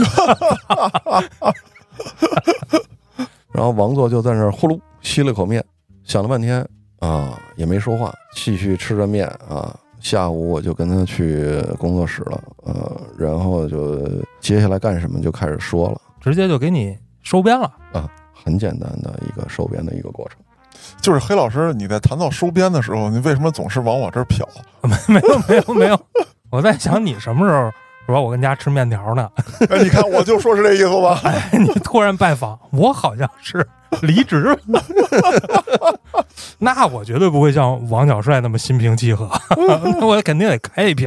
然后王座就在那儿呼噜吸了口面，想了半天啊，也没说话，继续吃着面啊。下午我就跟他去工作室了，呃，然后就接下来干什么就开始说了， 直接就给你收编了啊，很简单的一个收编的一个过程。 就是黑老师，你在谈到收编的时候，你为什么总是往我这儿瞟？ 没有没有没有，我在想你什么时候说我跟家吃面条呢？ 哎，你看，我就说是这意思吧。 哎，你突然拜访我，好像是离职了。那我绝对不会像王小帅那么心平气和，那我肯定得开一瓶。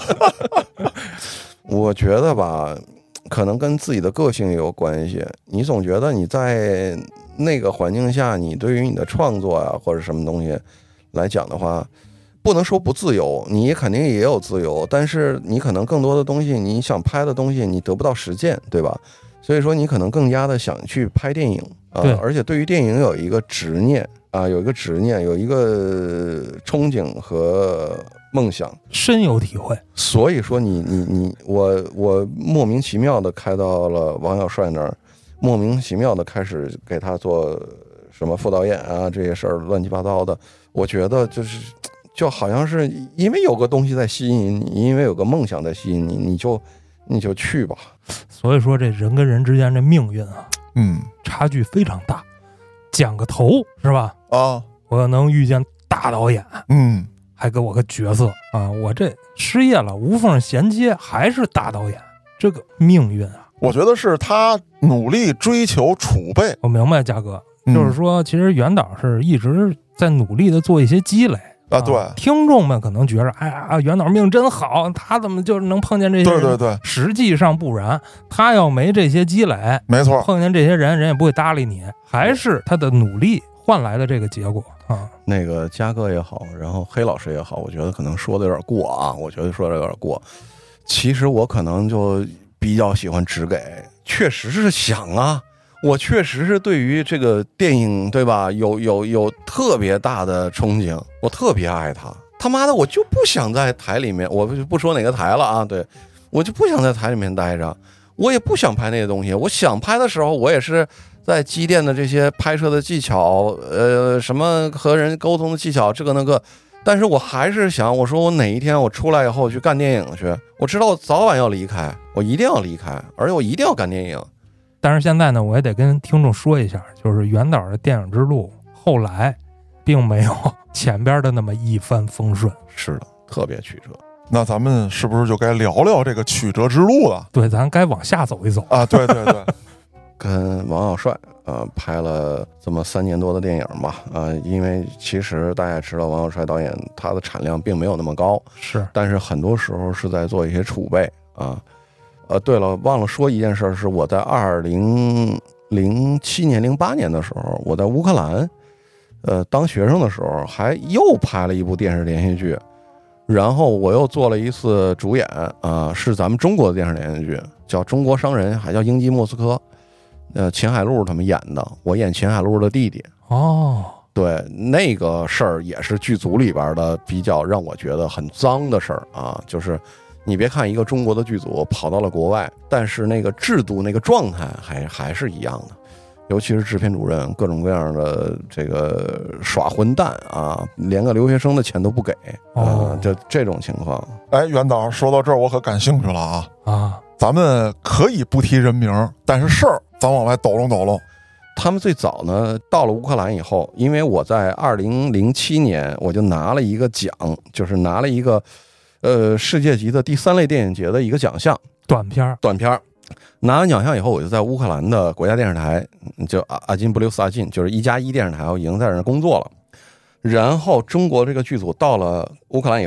我觉得吧，可能跟自己的个性也有关系。你总觉得你在那个环境下，你对于你的创作啊或者什么东西来讲的话，不能说不自由，你肯定也有自由，但是你可能更多的东西，你想拍的东西你得不到实践，对吧？所以说你可能更加的想去拍电影啊，而且对于电影有一个执念啊，有一个执念，有一个憧憬和梦想， 深有体会。 所以说你你你我我莫名其妙的开到了王小帅那儿，莫名其妙的开始给他做什么副导演啊，这些事儿乱七八糟的。我觉得就是就好像是因为有个东西在吸引你，因为有个梦想在吸引你，你就你就去吧。 所以说这人跟人之间这命运啊， 嗯， 差距非常大。讲个头是吧？ 啊， 我能遇见大导演， 嗯， 还给我个角色啊！我这失业了，无缝衔接，还是大导演，这个命运啊！ 我觉得是他努力追求储备。 我明白，嘉哥， 嗯、 就是说，其实袁导是一直在努力的做一些积累。 啊，对， 听众们可能觉得，哎呀，袁导命真好，他怎么就是能碰见这些人？ 对对对， 实际上不然，他要没这些积累， 没错， 碰见这些人，人也不会搭理你，还是他的努力换来的这个结果啊。 那个嘉哥也好，然后黑老师也好，我觉得可能说的有点过啊，我觉得说的有点过。其实我可能就比较喜欢只给，确实是想啊。我确实是对于这个电影，对吧？有有有特别大的憧憬，我特别爱它。他妈的，我就不想在台里面，我不说哪个台了啊，对，我就不想在台里面待着，我也不想拍那些东西。我想拍的时候，我也是在积淀的这些拍摄的技巧，呃，什么和人沟通的技巧，这个那个。但是我还是想，我说我哪一天我出来以后去干电影去，我知道我早晚要离开，我一定要离开，而且我一定要干电影。 但是现在呢，我也得跟听众说一下，就是袁导的电影之路后来并没有前边的那么一帆风顺。 是的，特别曲折。 那咱们是不是就该聊聊这个曲折之路了？ 对，咱该往下走一走啊！对对对， 跟王小帅呃拍了这么三年多的电影吧，啊、呃，因为其实大家也知道，王小帅导演他的产量并没有那么高， 是， 但是很多时候是在做一些储备啊。呃，对了，忘了说一件事，是我在二零零七年、零八年的时候，我在乌克兰，呃，当学生的时候，还又拍了一部电视连续剧，然后我又做了一次主演，啊、呃，是咱们中国的电视连续剧，叫《中国商人》，还叫《英吉莫斯科》，呃，秦海璐他们演的，我演秦海璐的弟弟。 哦， 对，那个事儿也是剧组里边的比较让我觉得很脏的事儿啊，就是。你别看一个中国的剧组跑到了国外，但是那个制度、那个状态还还是一样的，尤其是制片主任各种各样的这个耍混蛋啊，连个留学生的钱都不给啊、呃，就这种情况。 哎，袁导说到这儿，我可感兴趣了啊啊！ 咱们可以不提人名，但是事儿咱往外抖拢抖拢。 他们最早呢到了乌克兰以后，因为我在二零零七年我就拿了一个奖，就是拿了一个。呃，世界级的第三类电影节的一个奖项， 短片短片拿完奖项以后，我就在乌克兰的国家电视台，就阿阿金布留斯阿金，就是一加一电视台，我已经在那工作了。然后中国这个剧组到了乌克兰以后，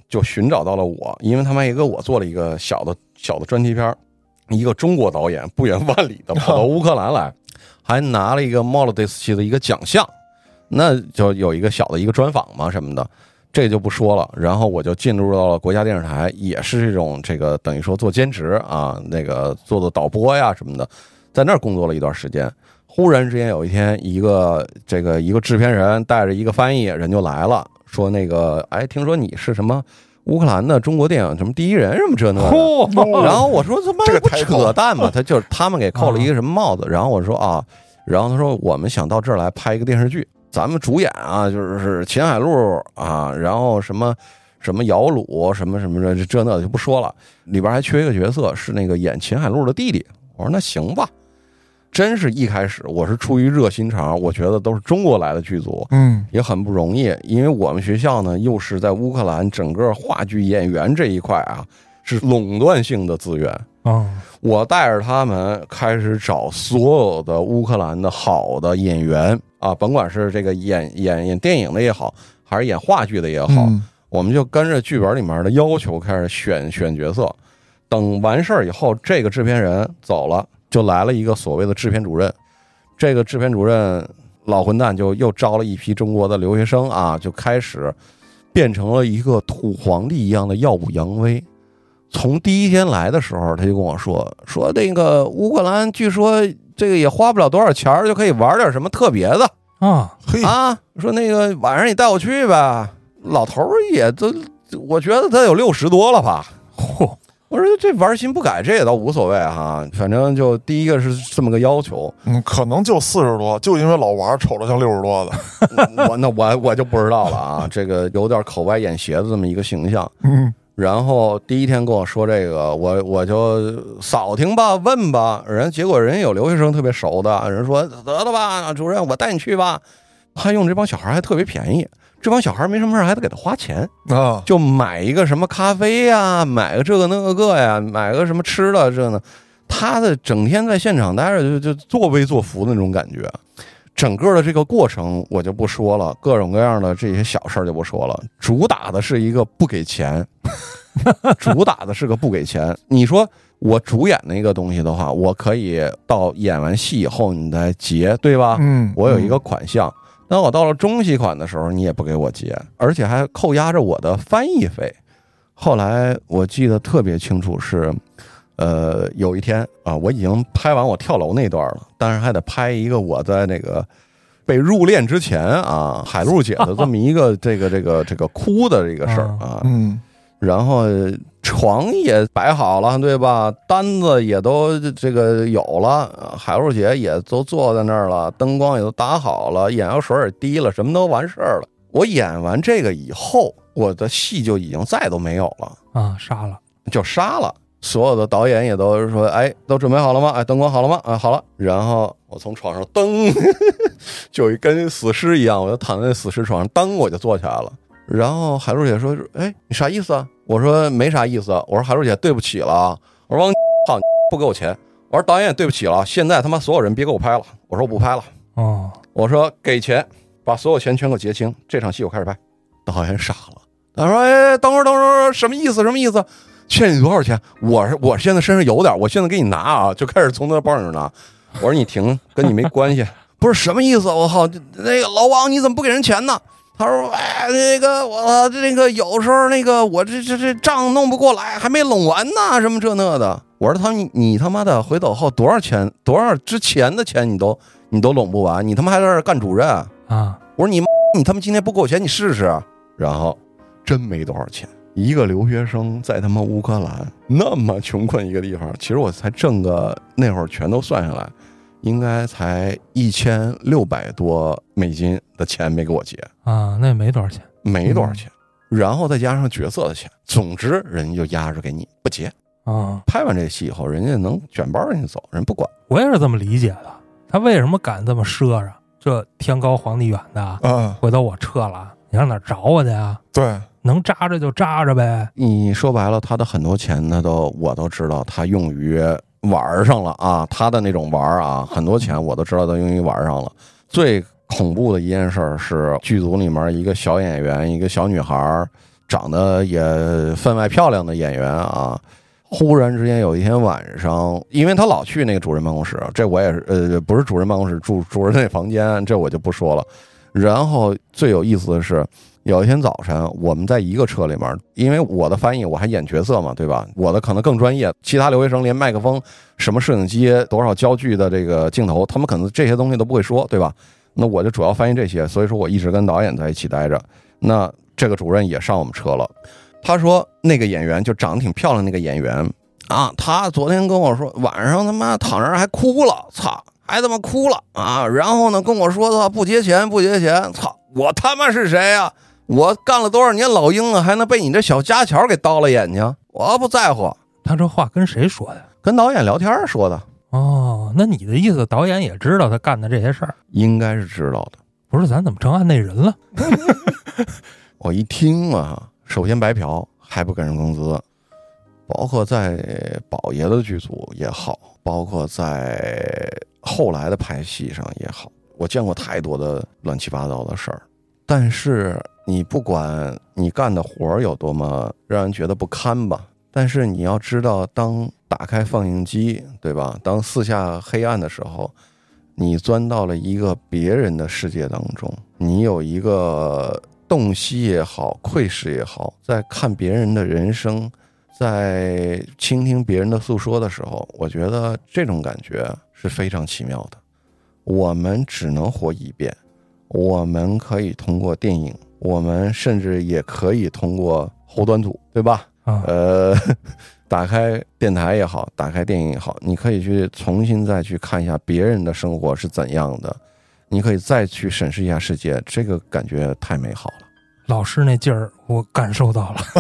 就寻找到了我，因为他们也给我做了一个小的小的专题片，一个中国导演不远万里的跑到乌克兰来，还拿了一个 Molodets 的一个奖项，那就有一个小的一个专访嘛什么的，这就不说了。然后我就进入到了国家电视台，也是这种这个等于说做兼职啊，那个做做导播呀什么的，在那儿工作了一段时间。忽然之间有一天，一个这个一个制片人带着一个翻译人就来了，说那个哎，听说你是什么乌克兰的中国电影什么第一人什么这那的，然后我说他妈这个不扯淡嘛，他就是他们给扣了一个什么帽子，然后我说啊，然后他说我们想到这儿来拍一个电视剧，咱们主演啊就是秦海璐啊，然后什么什么姚鲁什么什么这这那就不说了，里边还缺一个角色是那个演秦海璐的弟弟，我说那行吧。真是一开始我是出于热心肠，我觉得都是中国来的剧组， 嗯， 也很不容易，因为我们学校呢又是在乌克兰整个话剧演员这一块啊是垄断性的资源。 哦， 我带着他们开始找所有的乌克兰的好的演员啊，甭管是这个演演演电影的也好，还是演话剧的也好， 嗯， 我们就跟着剧本里面的要求开始选选角色。等完事儿以后，这个制片人走了。就来了一个所谓的制片主任，这个制片主任老混蛋就又招了一批中国的留学生啊，就开始变成了一个土皇帝一样的耀武扬威。从第一天来的时候，他就跟我说说那个乌克兰据说这个也花不了多少钱就可以玩点什么特别的啊， 嘿啊，说那个晚上你带我去吧。老头儿也都，我觉得他有六十多了吧， 嚯！ 我说这玩心不改，这也倒无所谓哈，反正就第一个是这么个要求， 嗯，可能就四十多，就因为老王瞅着像六十多的， 我那我我就不知道了啊，这个有点口歪眼斜的这么一个形象。 嗯， 然后第一天跟我说这个，我我就扫听吧，问吧，人结果人有留学生特别熟的人说得了吧，主任我带你去吧，还用这帮小孩还特别便宜。这帮小孩没什么事还得给他花钱啊， 就买一个什么咖啡呀，买个这个那个呀，买个什么吃的这呢，他的整天在现场待着就就作威作福的那种感觉。整个的这个过程我就不说了，各种各样的这些小事就不说了，主打的是一个不给钱，主打的是个不给钱。你说我主演那个东西的话，我可以到演完戏以后你再结，对吧？ 嗯， 我有一个款项。那我到了中期款的时候，你也不给我结，而且还扣押着我的翻译费。后来我记得特别清楚是，呃，有一天啊，我已经拍完我跳楼那段了，但是还得拍一个我在那个被入殓之前啊，海璐姐的这么一个这个这个这个哭的这个事儿啊。 嗯， 然后床也摆好了，对吧？单子也都这个有了，海璐姐也都坐在那儿了，灯光也都打好了，眼药水也滴了，什么都完事儿了。我演完这个以后，我的戏就已经再都没有了啊，杀了， 就杀了。所有的导演也都是说，哎，都准备好了吗？哎，灯光好了吗？啊，好了。然后我从床上噔，就跟死尸一样，我就躺在那死尸床上，噔我就坐起来了。然后海璐姐说：“哎，你啥意思啊？”我说：“没啥意思。”我说：“海璐姐，对不起了。”我说：“王操，不给我钱。”我说：“导演，对不起了，现在他妈所有人别给我拍了。”我说：“我不拍了。” 哦， 我说：“给钱，把所有钱全给我结清，这场戏我开始拍。”导演傻了，他说：“哎，等会儿，等会儿，什么意思？什么意思？欠你多少钱？我是我现在身上有点，我现在给你拿啊！”就开始从他包里拿。我说：“你停，跟你没关系。”不是什么意思？我靠，那个老王你怎么不给人钱呢？他说：“哎，那个我这个有时候那个我这这这账弄不过来，还没拢完呢，什么这那的。”我说：“他你你他妈的回走后多少钱，多少之前的钱你都你都拢不完，你他妈还在这干主任啊？” 我说：“你你他妈今天不给我钱，你试试。”然后真没多少钱，一个留学生在他妈乌克兰那么穷困一个地方，其实我才挣个那会儿全都算下来。应该才一千六百多美金的钱没给我结啊，那也没多少钱， 没多少钱，嗯、然后再加上角色的钱，总之人家就压着给你不结啊。 拍完这戏以后，人家能卷包人家走，人不管。 我也是这么理解的，他为什么敢这么赊着？这天高皇帝远的， 啊， 回头我撤了，你上哪儿找我去啊？ 对， 能扎着就扎着呗。 你说白了，他的很多钱呢，都我都知道，他用于。玩上了啊，他的那种玩啊，很多钱我都知道都用于玩上了。最恐怖的一件事是，剧组里面一个小演员，一个小女孩， 长得也分外漂亮的演员啊。忽然之间有一天晚上，因为他老去那个主任办公室，这我也是呃不是主任办公室，住主任那房间，这我就不说了。然后最有意思的是，有一天早晨我们在一个车里面，因为我的翻译我还演角色嘛，对吧？我的可能更专业，其他留学生连麦克风、什么摄影机、多少焦距的这个镜头，他们可能这些东西都不会说，对吧？那我就主要翻译这些，所以说我一直跟导演在一起待着。那这个主任也上我们车了。他说那个演员就长得挺漂亮那个演员啊，他昨天跟我说晚上他妈躺着还哭了，操，还他妈哭了啊！然后呢跟我说他不结钱不结钱，操，我他妈是谁呀、啊？我干了多少年老鹰啊，还能被你这小家巧给刀了眼睛？我不在乎。 他这话跟谁说的？ 跟导演聊天说的。 哦，那你的意思导演也知道他干的这些事儿？ 应该是知道的。 不是，咱怎么成案内人了？ 我一听啊，首先白嫖还不给人工资，包括在宝爷的剧组也好，包括在后来的拍戏上也好，我见过太多的乱七八糟的事儿。但是你不管你干的活有多么让人觉得不堪吧，但是你要知道，当打开放映机，对吧？当四下黑暗的时候，你钻到了一个别人的世界当中，你有一个洞悉也好，窥视也好，在看别人的人生，在倾听别人的诉说的时候，我觉得这种感觉是非常奇妙的。我们只能活一遍，我们可以通过电影，我们甚至也可以通过后端组，对吧？ 啊、 呃，打开电台也好，打开电影也好，你可以去重新再去看一下别人的生活是怎样的。你可以再去审视一下世界，这个感觉太美好了。 老师那劲儿我感受到了。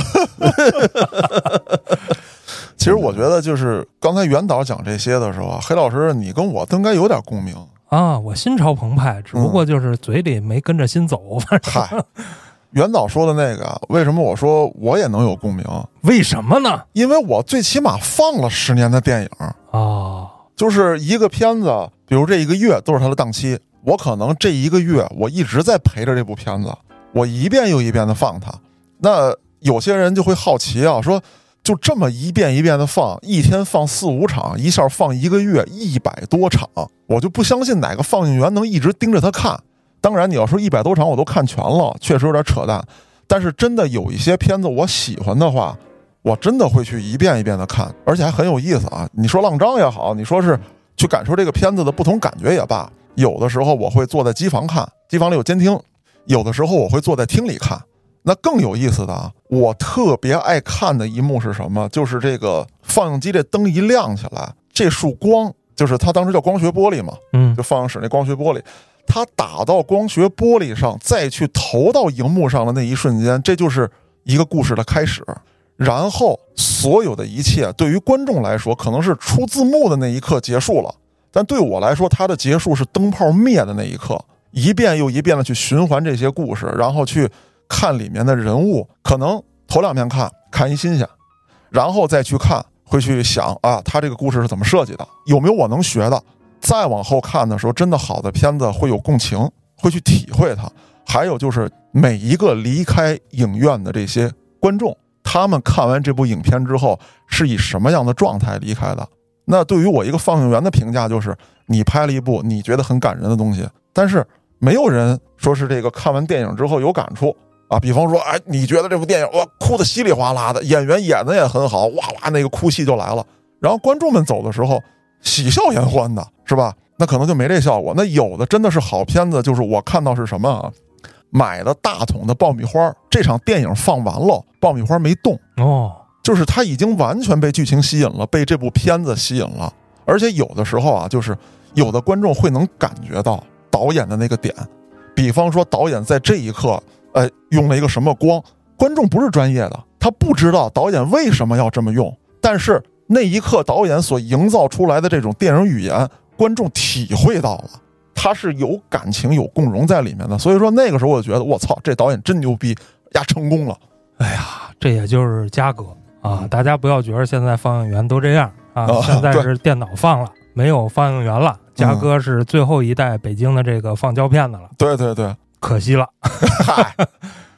其实我觉得就是刚才袁导讲这些的时候啊，黑老师你跟我都应该有点共鸣啊，我心潮澎湃，只不过就是嘴里没跟着心走。 嗨、嗯，袁导说的那个，为什么我说我也能有共鸣？ 为什么呢？ 因为我最起码放了十年的电影啊、 哦， 就是一个片子，比如这一个月都是它的档期。我可能这一个月我一直在陪着这部片子，我一遍又一遍的放它。那有些人就会好奇啊，说就这么一遍一遍的放，一天放四五场，一下放一个月一百多场，我就不相信哪个放映员能一直盯着它看。当然你要说一百多场我都看全了，确实有点扯淡，但是真的有一些片子我喜欢的话，我真的会去一遍一遍的看，而且还很有意思啊。你说浪张也好，你说是去感受这个片子的不同感觉也罢，有的时候我会坐在机房看，机房里有监听，有的时候我会坐在厅里看。那更有意思的啊，我特别爱看的一幕是什么？就是这个放映机这灯一亮起来，这束光，就是它当时叫光学玻璃嘛， 嗯， 就放映室那光学玻璃，它打到光学玻璃上，再去投到荧幕上的那一瞬间，这就是一个故事的开始。然后所有的一切对于观众来说可能是出字幕的那一刻结束了，但对我来说它的结束是灯泡灭的那一刻。一遍又一遍的去循环这些故事，然后去看里面的人物，可能头两遍看看一新鲜，然后再去看会去想啊，他这个故事是怎么设计的，有没有我能学的。再往后看的时候，真的好的片子会有共情，会去体会它。还有就是每一个离开影院的这些观众，他们看完这部影片之后是以什么样的状态离开的。那对于我一个放映员的评价就是，你拍了一部你觉得很感人的东西，但是没有人说是这个看完电影之后有感触啊。比方说，哎，你觉得这部电影哇哭得稀里哗啦的，演员演的也很好，哇哇那个哭戏就来了，然后观众们走的时候喜笑颜欢的，是吧？那可能就没这效果。那有的真的是好片子，就是我看到是什么啊？买的大桶的爆米花，这场电影放完了，爆米花没动哦， 就是他已经完全被剧情吸引了，被这部片子吸引了。而且有的时候啊，就是有的观众会能感觉到导演的那个点，比方说导演在这一刻，呃，用了一个什么光，观众不是专业的，他不知道导演为什么要这么用，但是那一刻导演所营造出来的这种电影语言，观众体会到了，他是有感情有共融在里面的。所以说那个时候我就觉得我操，这导演真牛逼呀，成功了。 哎呀，这也就是嘉哥啊，大家不要觉得现在放映员都这样啊， 哦、 现在是电脑放了，没有放映员了。嘉哥是最后一代北京的这个放胶片的了。 对对对， 可惜了。 嗨，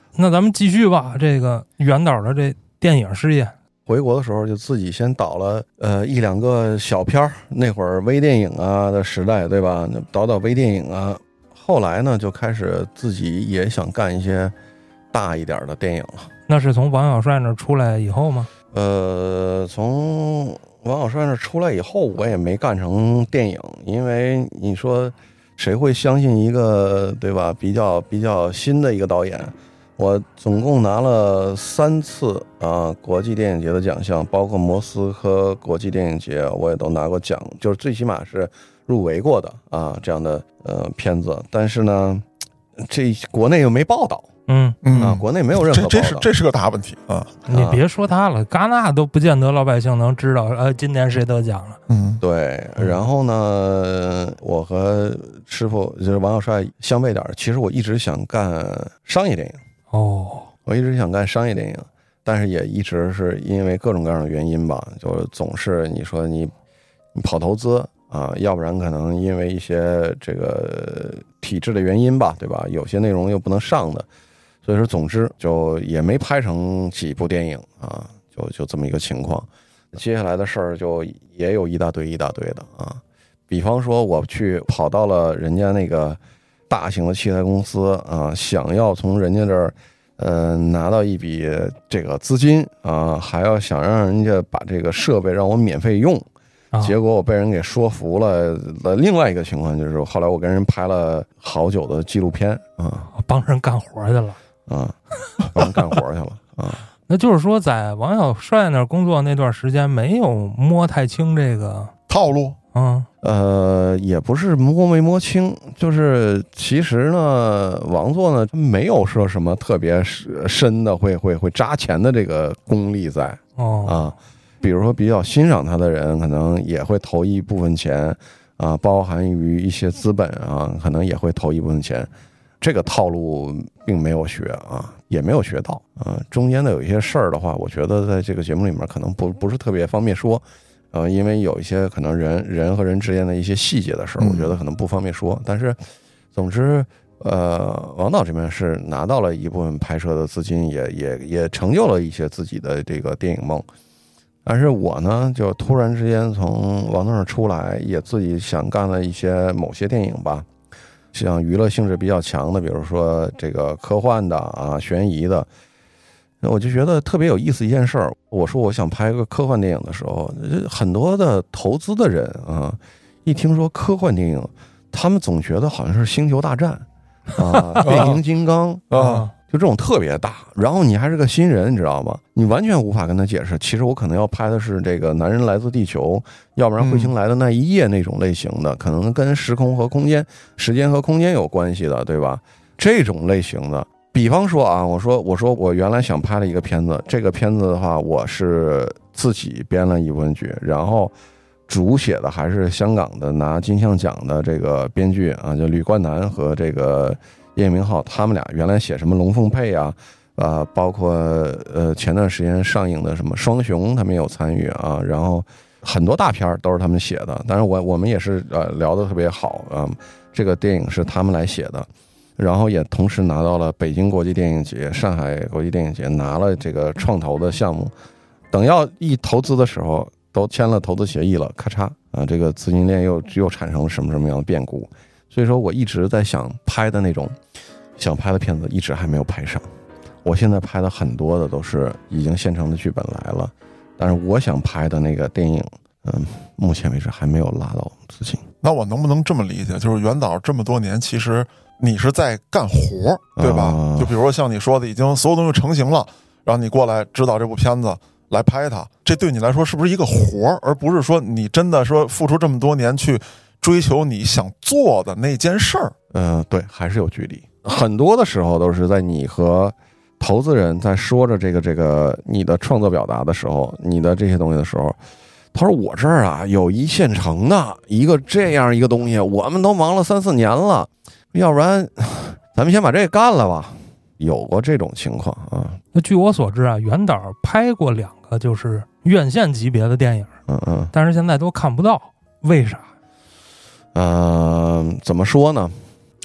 那咱们继续吧，这个袁导的这电影事业。 回国的时候就自己先导了呃一两个小片儿，那会儿微电影啊的时代，对吧？导导微电影啊。后来呢，就开始自己也想干一些大一点的电影了。 那是从王小帅那出来以后吗？ 呃，从王小帅那出来以后，我也没干成电影，因为你说谁会相信一个对吧？比较比较新的一个导演。我总共拿了三次啊国际电影节的奖项，包括莫斯科国际电影节，我也都拿过奖，就是最起码是入围过的啊这样的呃片子。但是呢，这国内又没报道， 嗯嗯啊，国内没有任何报道， 这这是这是个大问题啊！ 你别说他了，戛纳都不见得老百姓能知道，呃，今年谁得奖了。 嗯， 对。然后呢，我和师傅就是王小帅相背点，其实我一直想干商业电影。 哦， 我一直想干商业电影，但是也一直是因为各种各样的原因吧，就总是你说你你跑投资啊，要不然可能因为一些这个体制的原因吧，对吧？有些内容又不能上的，所以说总之就也没拍成几部电影啊，就就这么一个情况。接下来的事儿就也有一大堆一大堆的啊，比方说我去跑到了人家那个大型的器材公司啊，想要从人家这儿呃拿到一笔这个资金啊，还要想让人家把这个设备让我免费用， 啊、 结果我被人给说服了。另外一个情况就是后来我跟人拍了好久的纪录片啊， 帮人干活去了啊，帮人干活去了啊。 那就是说，在王小帅那儿工作那段时间，没有摸太清这个套路。 嗯， 呃，也不是摸没摸清，就是其实呢，王座呢没有说什么特别深的会会会扎钱的这个功力在哦啊。比如说比较欣赏他的人，可能也会投一部分钱啊，包含于一些资本啊，可能也会投一部分钱。这个套路并没有学啊，也没有学到啊。中间的有一些事儿的话，我觉得在这个节目里面可能不不是特别方便说。呃，因为有一些可能人人和人之间的一些细节的事儿，我觉得可能不方便说。但是，总之，呃，王导这边是拿到了一部分拍摄的资金，也也也成就了一些自己的这个电影梦。但是我呢，就突然之间从王导那儿出来，也自己想干了一些某些电影吧，像娱乐性质比较强的，比如说这个科幻的啊、悬疑的。我就觉得特别有意思一件事儿，我说我想拍个科幻电影的时候，很多的投资的人啊，一听说科幻电影，他们总觉得好像是星球大战啊、变形金刚啊，就这种特别大。然后你还是个新人，你知道吗？你完全无法跟他解释，其实我可能要拍的是这个男人来自地球，要不然彗星来的那一夜那种类型的，可能跟时空和空间、时间和空间有关系的，对吧？这种类型的。比方说啊，我说我说我原来想拍的一个片子，这个片子的话，我是自己编了一部分剧，然后主写的还是香港的拿金像奖的这个编剧啊，就吕冠南和这个叶明浩，他们俩原来写什么龙凤配啊，啊，包括呃前段时间上映的什么双雄，他们也有参与啊，然后很多大片都是他们写的，当然我我们也是呃聊得特别好啊，这个电影是他们来写的。然后也同时拿到了北京国际电影节、上海国际电影节拿了这个创投的项目，等要一投资的时候，都签了投资协议了，咔嚓啊，这个资金链又又产生了什么什么样的变故？所以说我一直在想拍的那种想拍的片子，一直还没有拍上。我现在拍的很多的都是已经现成的剧本来了，但是我想拍的那个电影，嗯，目前为止还没有拉到资金。 那我能不能这么理解，就是袁导这么多年，其实你是在干活，对吧？ 啊、 就比如说像你说的，已经所有东西成型了，然后你过来指导这部片子来拍它，这对你来说是不是一个活，而不是说你真的说付出这么多年去追求你想做的那件事儿？ 嗯、呃，对，还是有距离。很多的时候都是在你和投资人在说着这个这个你的创作表达的时候，你的这些东西的时候。他说我这儿啊有一现成的一个这样一个东西，我们都忙了三四年了，要不然咱们先把这个干了吧。有过这种情况啊。 那据我所知啊，袁导拍过两个就是院线级别的电影， 嗯嗯， 但是现在都看不到，为啥？ 呃，怎么说呢？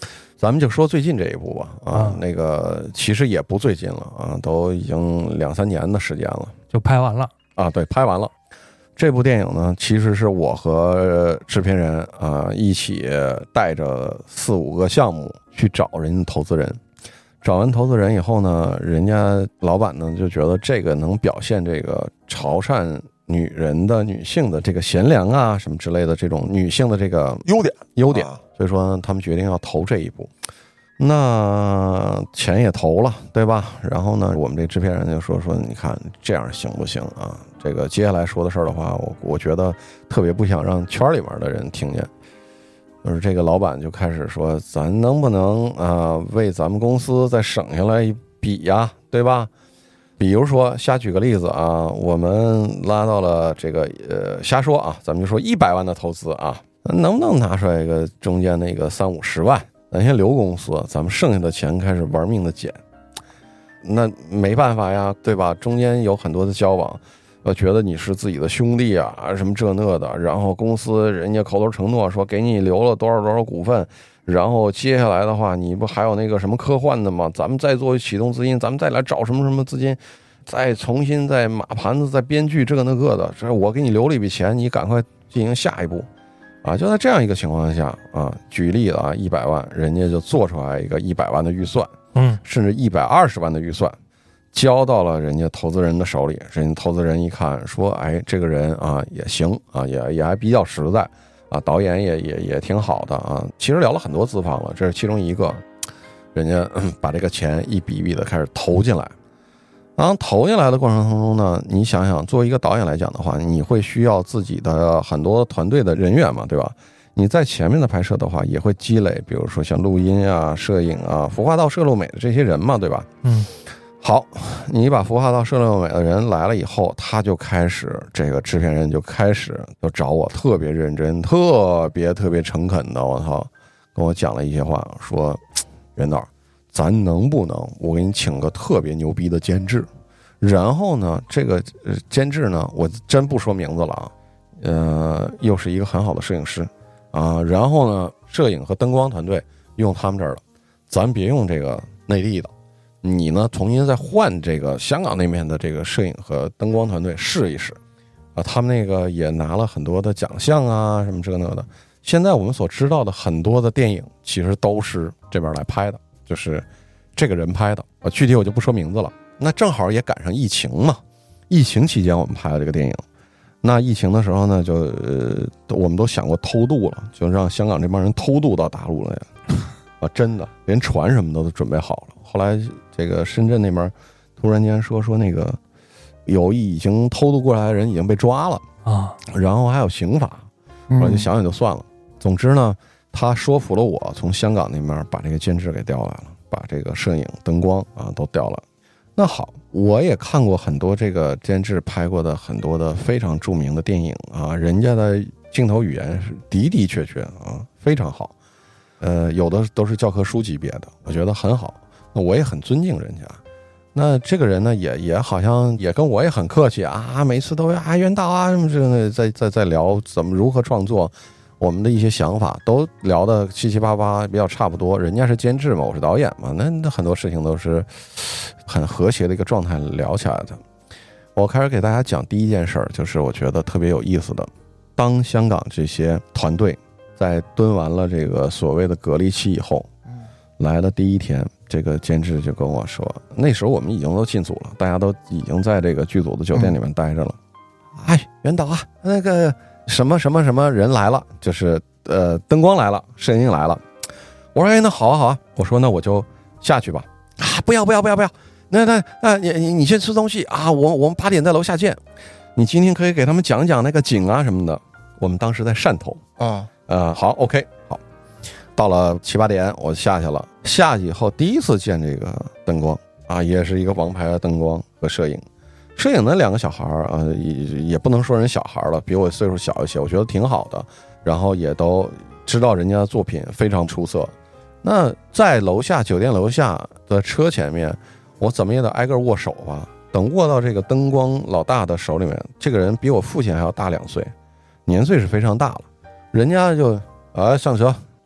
咱们就说最近这一部吧，啊， 啊那个其实也不最近了啊，都已经两三年的时间了， 就拍完了啊，对，拍完了。这部电影呢，其实是我和制片人啊一起带着四五个项目去找人家投资人，找完投资人以后呢，人家老板呢就觉得这个能表现这个潮汕女人的女性的这个贤良啊什么之类的这种女性的这个优点优点， 啊所以说他们决定要投这一部。那钱也投了，对吧？然后呢，我们这制片人就说说，你看这样行不行啊？这个接下来说的事儿的话，我我觉得特别不想让圈里面的人听见。就是这个老板就开始说，咱能不能啊、呃、为咱们公司再省下来一笔呀，对吧？比如说，瞎举个例子啊，我们拉到了这个呃，瞎说啊，咱们就说一百万的投资啊，能不能拿出来一个中间那个三五十万？咱先留公司，咱们剩下的钱开始玩命的捡。那没办法呀，对吧？中间有很多的交往，我觉得你是自己的兄弟啊，什么这那的。然后公司人家口头承诺说给你留了多少多少股份，然后接下来的话，你不还有那个什么科幻的吗？咱们再做启动资金，咱们再来找什么什么资金，再重新再码盘子、再编剧这个那个的。这我给你留了一笔钱，你赶快进行下一步。啊，就在这样一个情况下啊，举例子啊，一百万，人家就做出来一个一百万的预算， 嗯， 甚至一百二十万的预算，交到了人家投资人的手里。人家投资人一看，说，哎，这个人啊也行啊，也也还比较实在啊，导演也也也挺好的啊。其实聊了很多资方了，这是其中一个，人家把这个钱一笔一笔的开始投进来。然后投进来的过程当中呢，你想想，作为一个导演来讲的话，你会需要自己的很多团队的人员嘛，对吧？你在前面的拍摄的话，也会积累，比如说像录音啊、摄影啊、服化道、摄录美的这些人嘛，对吧？ 嗯， 好，你把服化道、摄录美的人来了以后，他就开始，这个制片人就开始就找我，特别认真、特别特别诚恳的，我操，跟我讲了一些话，说，袁导，咱能不能我给你请个特别牛逼的监制，然后呢，这个监制呢，我真不说名字了啊，呃，又是一个很好的摄影师啊，然后呢，摄影和灯光团队用他们这儿的，咱别用这个内地的，你呢重新再换这个香港那边的这个摄影和灯光团队试一试啊，他们那个也拿了很多的奖项啊，什么这那的。现在我们所知道的很多的电影，其实都是这边来拍的。就是这个人拍的啊，具体我就不说名字了。那正好也赶上疫情嘛，疫情期间我们拍了这个电影。那疫情的时候呢，就呃，我们都想过偷渡了，就让香港这帮人偷渡到大陆来啊，真的，连船什么都都准备好了。后来这个深圳那边突然间说说那个有已经偷渡过来的人已经被抓了啊， 然后还有刑法，后来就想想就算了。总之呢，他说服了我，从香港那边把这个监制给调来了，把这个摄影、灯光啊都调了。那好，我也看过很多这个监制拍过的很多的非常著名的电影啊，人家的镜头语言是的的确确啊非常好，呃，有的都是教科书级别的，我觉得很好。那我也很尊敬人家。那这个人呢，也也好像也跟我也很客气啊，每次都啊袁导啊什么这个在在在聊怎么如何创作。我们的一些想法都聊得七七八八，比较差不多。人家是监制嘛，我是导演嘛，那那很多事情都是很和谐的一个状态聊起来的。我开始给大家讲第一件事儿，就是我觉得特别有意思的。当香港这些团队在蹲完了这个所谓的隔离期以后，来的第一天，这个监制就跟我说，那时候我们已经都进组了，大家都已经在这个剧组的酒店里面待着了。哎，袁导啊，那个。什么什么什么人来了，就是呃灯光来了，摄影来了。我说哎，那好啊好啊，我说那我就下去吧。啊，不要不要不要不要，那那那你你你先吃东西啊，我我们八点在楼下见。你今天可以给他们讲讲那个景啊什么的。我们当时在汕头啊， 呃好 OK 好，到了七八点我下去了。下去以后第一次见这个灯光啊，也是一个王牌的灯光和摄影。摄影的两个小孩儿啊，也也不能说人小孩了，比我岁数小一些，我觉得挺好的。然后也都知道人家的作品非常出色。那在楼下酒店楼下的车前面，我怎么也得挨个握手吧。等握到这个灯光老大的手里面，这个人比我父亲还要大两岁，年岁是非常大了。人家就啊上车就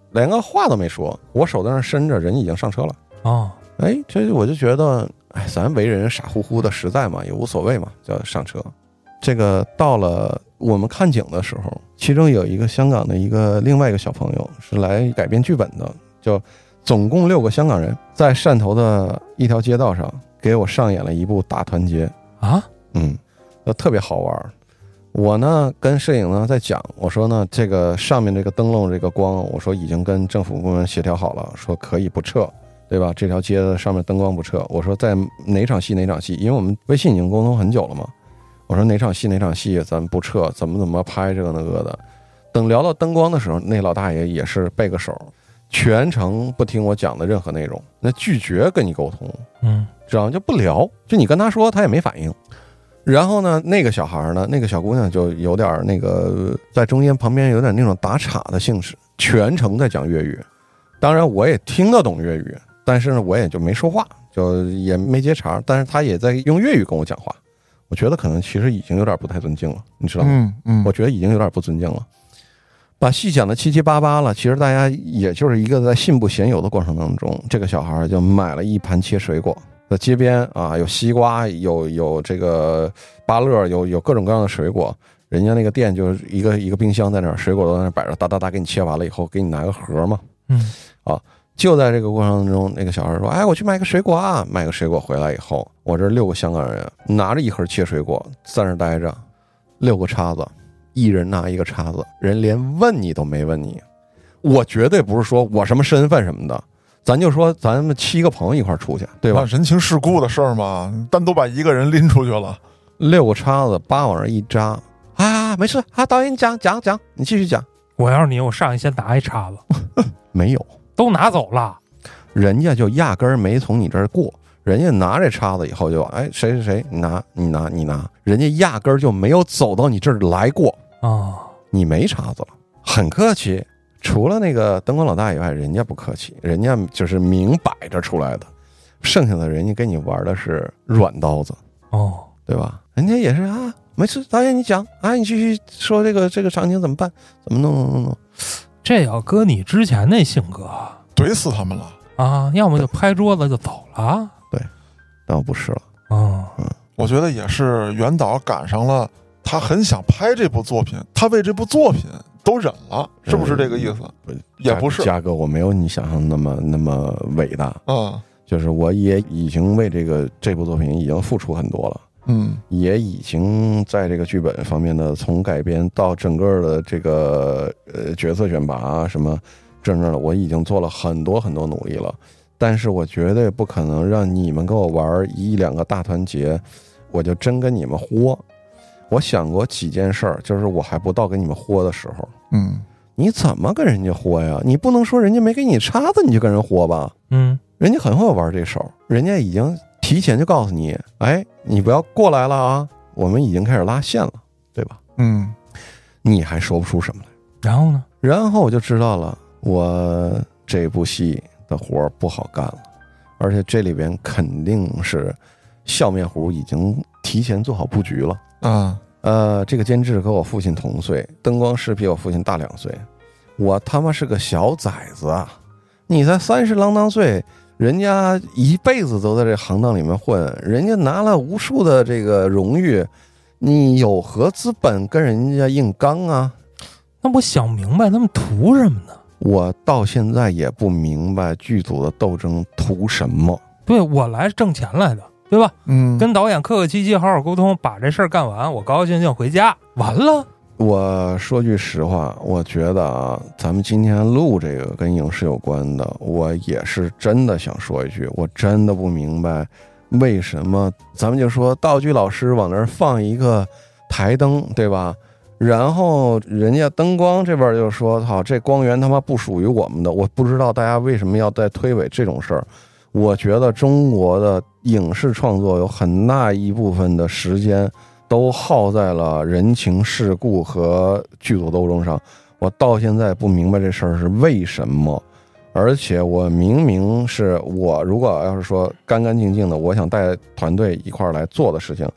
连个话都没说，我手在那伸着，人已经上车了。 哦， 哎，这我就觉得，哎，咱为人傻乎乎的实在嘛，也无所谓嘛，就上车。这个到了我们看景的时候，其中有一个香港的一个另外一个小朋友是来改编剧本的，就总共六个香港人在汕头的一条街道上给我上演了一部大团结啊， 嗯，就特别好玩。我呢跟摄影呢在讲，我说呢这个上面这个灯笼这个光，我说已经跟政府部门协调好了，说可以不撤，对吧？这条街的上面灯光不撤。我说在哪场戏哪场戏，因为我们微信已经沟通很久了嘛。我说哪场戏哪场戏咱不撤，怎么怎么拍这个那个的。等聊到灯光的时候，那老大爷也是背个手，全程不听我讲的任何内容，那拒绝跟你沟通， 嗯， 知道吗？就不聊，就你跟他说他也没反应。然后呢，那个小孩呢，那个小姑娘就有点那个在中间旁边有点那种打岔的性质，全程在讲粤语。当然我也听得懂粤语，但是呢我也就没说话，就也没接茬，但是他也在用粤语跟我讲话。我觉得可能其实已经有点不太尊敬了，你知道吗？ 嗯嗯， 我觉得已经有点不尊敬了，把戏讲的七七八八了。其实大家也就是一个在信不闲游的过程当中，这个小孩就买了一盘切水果，在街边啊，有西瓜，有有这个芭乐，有有各种各样的水果。人家那个店就是一个一个冰箱在那儿，水果都在那儿摆着，哒哒哒给你切完了以后，给你拿个盒嘛。 嗯， 啊。就在这个过程当中，那个小孩说：“哎，我去买个水果啊！”买个水果回来以后，我这六个香港人拿着一盒切水果在那待着，六个叉子，一人拿一个叉子，人连问你都没问你。我绝对不是说我什么身份什么的，咱就说咱们七个朋友一块出去，对吧？ 人情世故的事儿嘛，单独把一个人拎出去了， 六个叉子，叭往这一扎，啊，没事啊，导演你讲讲讲，你继续讲。 我要是你，我上去先拿一叉子， 没有。 都拿走了， 人家就压根儿没从你这儿过，人家拿这叉子以后就哎谁谁谁你拿你拿你拿，人家压根儿就没有走到你这儿来过啊、哦， 你没叉子了，很客气。除了那个灯光老大以外，人家不客气，人家就是明摆着出来的，剩下的人家跟你玩的是软刀子哦， 对吧？人家也是啊，没事，导演你讲啊，你继续说这个这个场景怎么办，怎么弄弄弄弄。 这要搁你之前那性格， 怼死他们了啊！要么就拍桌子就走了。 对，但我不是了。 哦， 嗯， 我觉得也是袁导赶上了，他很想拍这部作品，他为这部作品都忍了，是不是这个意思？ 嗯、 也不是， 嘉哥，我没有你想象那么那么伟大。 嗯， 就是我也已经为这个这部作品已经付出很多了。 嗯， 也已经在这个剧本方面的从改编到整个的这个呃角色选拔什么这那的，我已经做了很多很多努力了。但是我绝对不可能让你们跟我玩一两个大团结，我就真跟你们豁。我想过几件事儿，就是我还不到跟你们豁的时候。 嗯， 你怎么跟人家豁呀？你不能说人家没给你叉子你就跟人豁吧？ 嗯， 人家很会玩这手，人家已经提前就告诉你，哎，你不要过来了啊，我们已经开始拉线了，对吧？ 嗯， 你还说不出什么来。 然后呢？ 然后我就知道了，我这部戏的活不好干了，而且这里边肯定是笑面虎已经提前做好布局了。 啊， 呃，这个监制和我父亲同岁，灯光师比我父亲大两岁，我他妈是个小崽子啊！你才三十郎当岁。人家一辈子都在这行当里面混，人家拿了无数的这个荣誉，你有何资本跟人家硬刚啊？ 那我想明白他们图什么呢？ 我到现在也不明白剧组的斗争图什么。 对，我来挣钱来的，对吧？ 嗯， 跟导演客客气气好好沟通，把这事儿干完，我高高兴兴回家，完了。 我说句实话，我觉得啊，咱们今天录这个跟影视有关的，我也是真的想说一句，我真的不明白为什么咱们就说道具老师往那儿放一个台灯，对吧？然后人家灯光这边就说，操，这光源他妈不属于我们的，我不知道大家为什么要在推诿这种事儿。我觉得中国的影视创作有很大一部分的时间都耗在了人情世故和剧组斗争上，我到现在不明白这事儿是为什么。而且我明明是我如果要是说干干净净的，我想带团队一块儿来做的事情，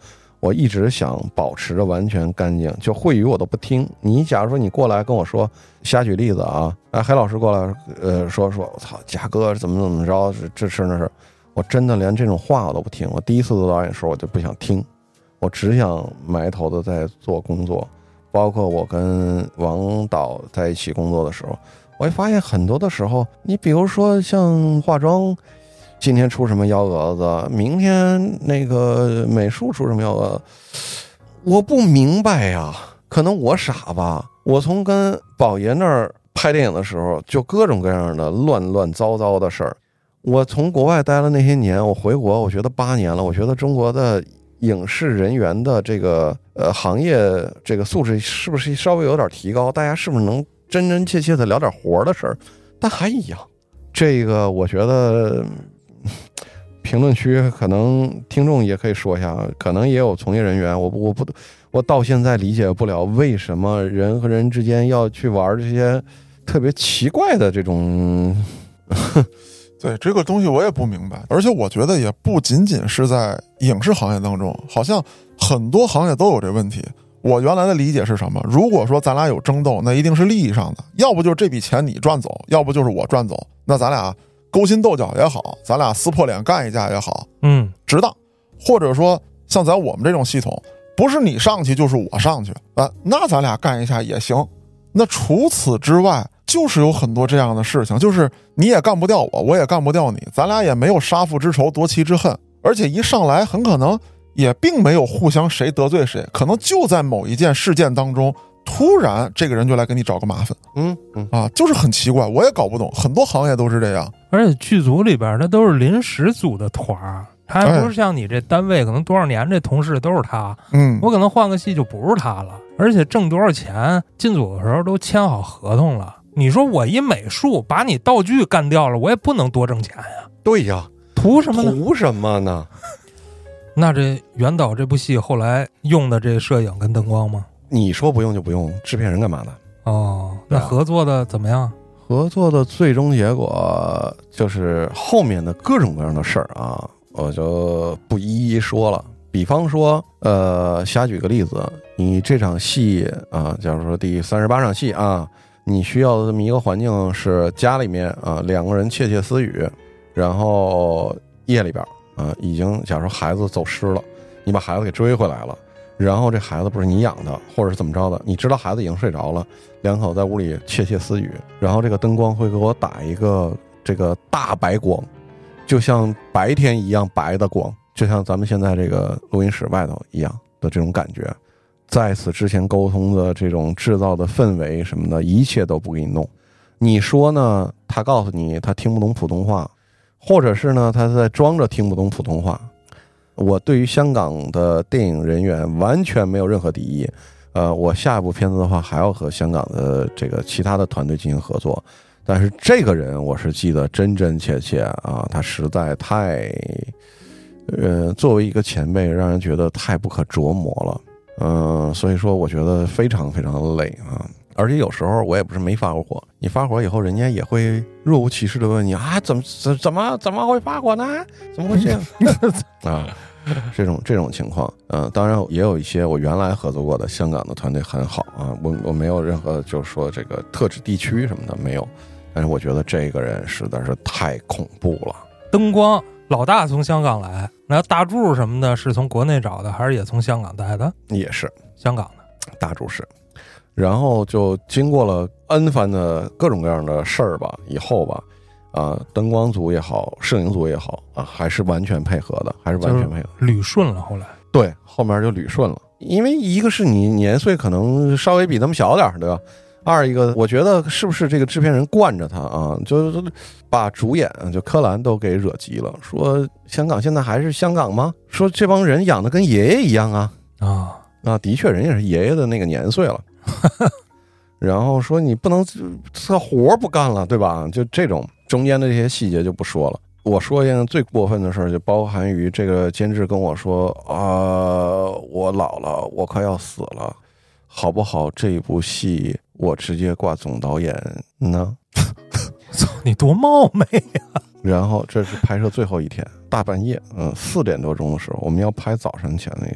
我一直想保持着完全干净，就会语我都不听。你假如说你过来跟我说，瞎举例子啊，哎，黑老师过来，呃，说说，我操，贾哥怎么怎么着，这事那事，我真的连这种话我都不听。我第一次做导演的时候，我就不想听，我只想埋头的在做工作。包括我跟王导在一起工作的时候，我会发现很多的时候，你比如说像化妆。今天出什么幺蛾子，明天那个美术出什么幺蛾子，我不明白呀。可能我傻吧，我从跟宝爷那儿拍电影的时候，就各种各样的乱乱糟糟的事儿。我从国外待了那些年，我回国，我觉得八年了，我觉得中国的影视人员的这个呃行业这个素质是不是稍微有点提高？大家是不是能真真切切的聊点活的事儿？但还一样，这个我觉得。评论区可能听众也可以说一下，可能也有从业人员，我我不我到现在理解不了为什么人和人之间要去玩这些特别奇怪的这种。 对这个东西我也不明白，而且我觉得也不仅仅是在影视行业当中，好像很多行业都有这问题。我原来的理解是什么？如果说咱俩有争斗，那一定是利益上的，要不就是这笔钱你赚走，要不就是我赚走，那咱俩勾心斗角也好，咱俩撕破脸干一架也好， 嗯， 值当。或者说像咱我们这种系统，不是你上去就是我上去啊，那咱俩干一下也行。那除此之外，就是有很多这样的事情，就是你也干不掉我，我也干不掉你，咱俩也没有杀父之仇夺妻之恨，而且一上来很可能也并没有互相谁得罪谁，可能就在某一件事件当中突然这个人就来给你找个麻烦， 嗯嗯啊，就是很奇怪，我也搞不懂，很多行业都是这样。 而且剧组里边他都是临时组的团儿，他还不是像你这单位可能多少年这同事都是他， 嗯， 我可能换个戏就不是他了，而且挣多少钱进组的时候都签好合同了。你说我一美术把你道具干掉了，我也不能多挣钱呀。 对呀， 图什么呢？ 图什么呢？ 那这袁导这部戏后来用的这摄影跟灯光吗？ 你说不用就不用，制片人干嘛的？ 哦，那合作的怎么样？ 合作的最终结果就是后面的各种各样的事儿啊，我就不一一说了。比方说，呃，瞎举个例子，你这场戏啊，假如说第三十八场戏啊，你需要的这么一个环境是家里面啊，两个人窃窃私语，然后夜里边啊，已经假如说孩子走失了，你把孩子给追回来了。然后这孩子不是你养的，或者是怎么着的，你知道孩子已经睡着了，两口在屋里窃窃私语，然后这个灯光会给我打一个这个大白光，就像白天一样白的光，就像咱们现在这个录音室外头一样的这种感觉。在此之前沟通的这种制造的氛围什么的，一切都不给你弄。你说呢？他告诉你他听不懂普通话，或者是呢他在装着听不懂普通话。我对于香港的电影人员完全没有任何敌意，呃，我下一部片子的话还要和香港的这个其他的团队进行合作，但是这个人我是记得真真切切啊，他实在太，呃，作为一个前辈，让人觉得太不可琢磨了，嗯、呃，所以说我觉得非常非常的累啊。而且有时候我也不是没发过火，你发火以后，人家也会若无其事的问你啊，怎么怎怎么怎么会发火呢？怎么会这样啊？这种这种情况，嗯、呃，当然也有一些我原来合作过的香港的团队很好啊，我我没有任何就是说这个特指地区什么的没有，但是我觉得这个人实在是太恐怖了。 灯光老大从香港来，那大柱什么的是从国内找的，还是也从香港带的？ 也是香港的大柱是。然后就经过了 N 番的各种各样的事儿吧，以后吧，啊，灯光组也好，摄影组也好啊，还是完全配合的，还是完全配合， 捋顺了。后来对，后面就捋顺了，因为一个是你年岁可能稍微比他们小点，对吧？二一个，我觉得是不是这个制片人惯着他啊，就是把主演就柯蓝都给惹急了，说香港现在还是香港吗？说这帮人养的跟爷爷一样啊啊啊，的确人也是爷爷的那个年岁了。然后说你不能这活不干了，对吧？就这种中间的这些细节就不说了。我说一件最过分的事儿，就包含于这个监制跟我说啊、呃，我老了，我快要死了，好不好？这一部戏我直接挂总导演呢。 操，你多冒昧呀！ 然后这是拍摄最后一天，大半夜，嗯，四点多钟的时候，我们要拍早上前那个戏。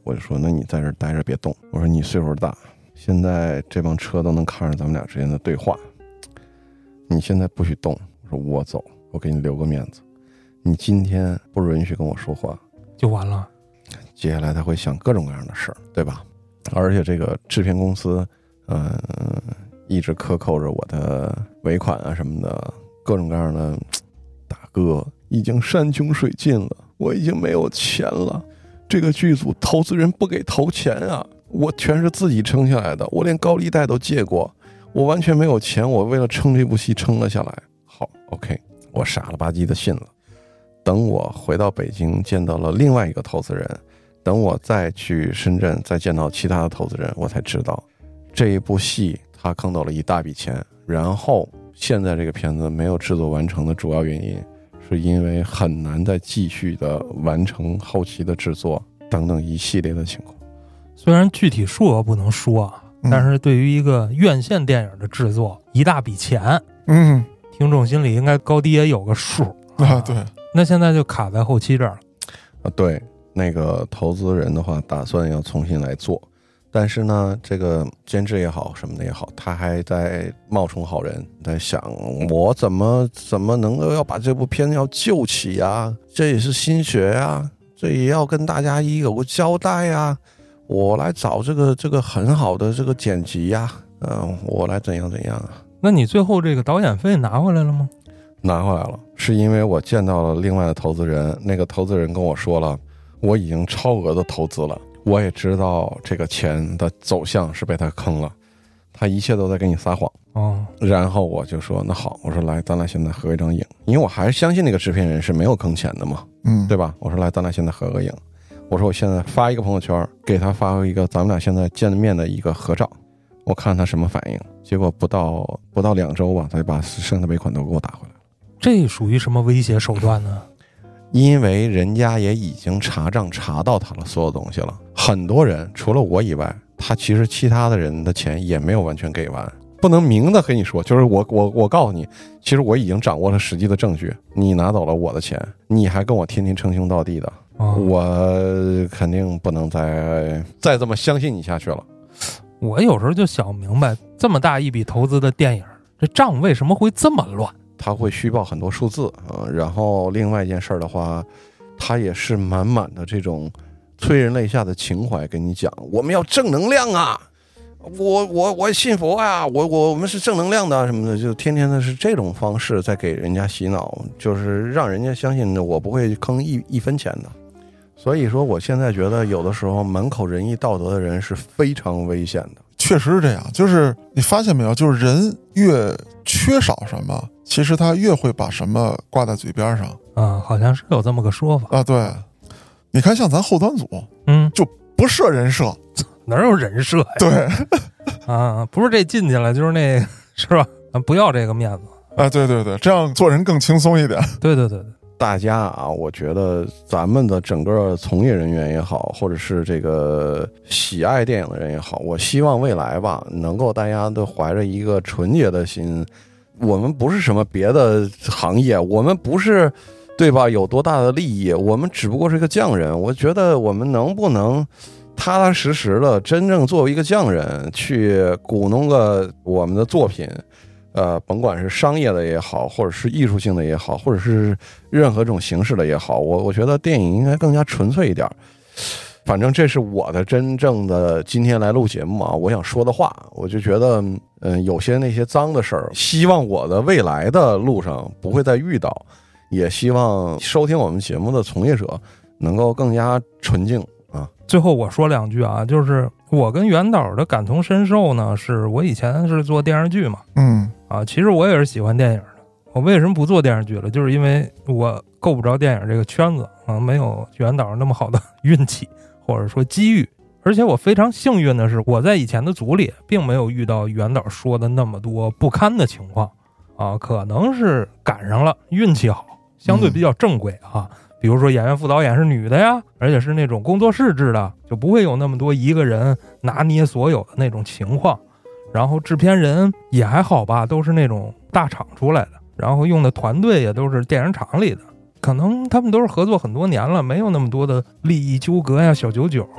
我就说那你在这儿待着别动，我说你岁数大，现在这帮车都能看着咱们俩之间的对话，你现在不许动，我说我走，我给你留个面子，你今天不允许跟我说话就完了。 接下来他会想各种各样的事儿，对吧？而且这个制片公司嗯、呃，一直克扣着我的尾款啊什么的，各种各样的，大哥已经山穷水尽了，我已经没有钱了，这个剧组投资人不给投钱啊，我全是自己撑下来的，我连高利贷都借过，我完全没有钱，我为了撑这部戏撑了下来。好 OK， 我傻了吧唧的信了。等我回到北京见到了另外一个投资人，等我再去深圳再见到其他的投资人，我才知道这一部戏他坑到了一大笔钱，然后现在这个片子没有制作完成的主要原因是因为很难再继续的完成后期的制作等等一系列的情况。 虽然具体数额不能说啊，但是对于一个院线电影的制作，一大笔钱， 嗯， 听众心里应该高低也有个数啊。对， 那现在就卡在后期这儿了啊。对，那个投资人的话打算要重新来做，但是呢，这个监制也好什么的也好，他还在冒充好人，在想我怎么怎么能够要把这部片要救起啊，这也是心血啊，这也要跟大家有个交代啊，我来找这个这个很好的这个剪辑呀、啊，嗯，我来怎样怎样啊。 那你最后这个导演费拿回来了吗？ 拿回来了，是因为我见到了另外的投资人，那个投资人跟我说了，我已经超额的投资了，我也知道这个钱的走向是被他坑了，他一切都在跟你撒谎。 哦， 然后我就说那好，我说来咱俩现在合一张影，因为我还是相信那个制片人是没有坑钱的嘛， 嗯， 对吧？我说来咱俩现在合个影，我说我现在发一个朋友圈，给他发一个咱们俩现在见面的一个合照，我看他什么反应。结果不到不到两周吧，他就把剩下尾款都给我打回来了。 这属于什么威胁手段呢？ 因为人家也已经查账查到他了所有东西了，很多人除了我以外，他其实其他的人的钱也没有完全给完，不能明的跟你说，就是我我我告诉你，其实我已经掌握了实际的证据，你拿走了我的钱，你还跟我天天称兄道弟的， 哦、 我肯定不能再再这么相信你下去了。 我有时候就想不明白，这么大一笔投资的电影，这账为什么会这么乱？ 他会虚报很多数字啊、呃，然后另外一件事的话，他也是满满的这种催人泪下的情怀跟你讲，我们要正能量啊，我我我信佛呀、啊，我我我们是正能量的什么的，就天天的是这种方式在给人家洗脑，就是让人家相信我不会坑一一分钱的。所以说，我现在觉得有的时候满口仁义道德的人是非常危险的。 确实是这样，就是你发现没有，就是人越缺少什么，其实他越会把什么挂在嘴边上。 啊，好像是有这么个说法啊。对，你看像咱后端组， 嗯， 就不设人设， 哪有人设呀？ 对， 啊，不是这进去了，就是那是吧？不要这个面子啊，对对对，这样做人更轻松一点。 对对对对。 大家啊，我觉得咱们的整个从业人员也好，或者是这个喜爱电影的人也好，我希望未来吧，能够大家都怀着一个纯洁的心。我们不是什么别的行业，我们不是，对吧？有多大的利益，我们只不过是个匠人。我觉得我们能不能踏踏实实的，真正作为一个匠人去鼓弄个我们的作品。呃，甭管是商业的也好，或者是艺术性的也好，或者是任何这种形式的也好，我我觉得电影应该更加纯粹一点。反正这是我的真正的今天来录节目啊，我想说的话，我就觉得，嗯，有些那些脏的事儿，希望我的未来的路上不会再遇到，也希望收听我们节目的从业者能够更加纯净啊。 最后我说两句啊，就是我跟袁导的感同身受呢，是我以前是做电视剧嘛， 嗯。 啊，其实我也是喜欢电影的。我为什么不做电视剧了？就是因为我够不着电影这个圈子啊，没有袁导那么好的运气或者说机遇。而且我非常幸运的是，我在以前的组里并没有遇到袁导说的那么多不堪的情况啊，可能是赶上了运气好，相对比较正规啊。嗯、比如说演员副导演是女的呀，而且是那种工作室制的，就不会有那么多一个人拿捏所有的那种情况。然后制片人也还好吧，都是那种大厂出来的，然后用的团队也都是电影厂里的，可能他们都是合作很多年了，没有那么多的利益纠葛呀、小九九。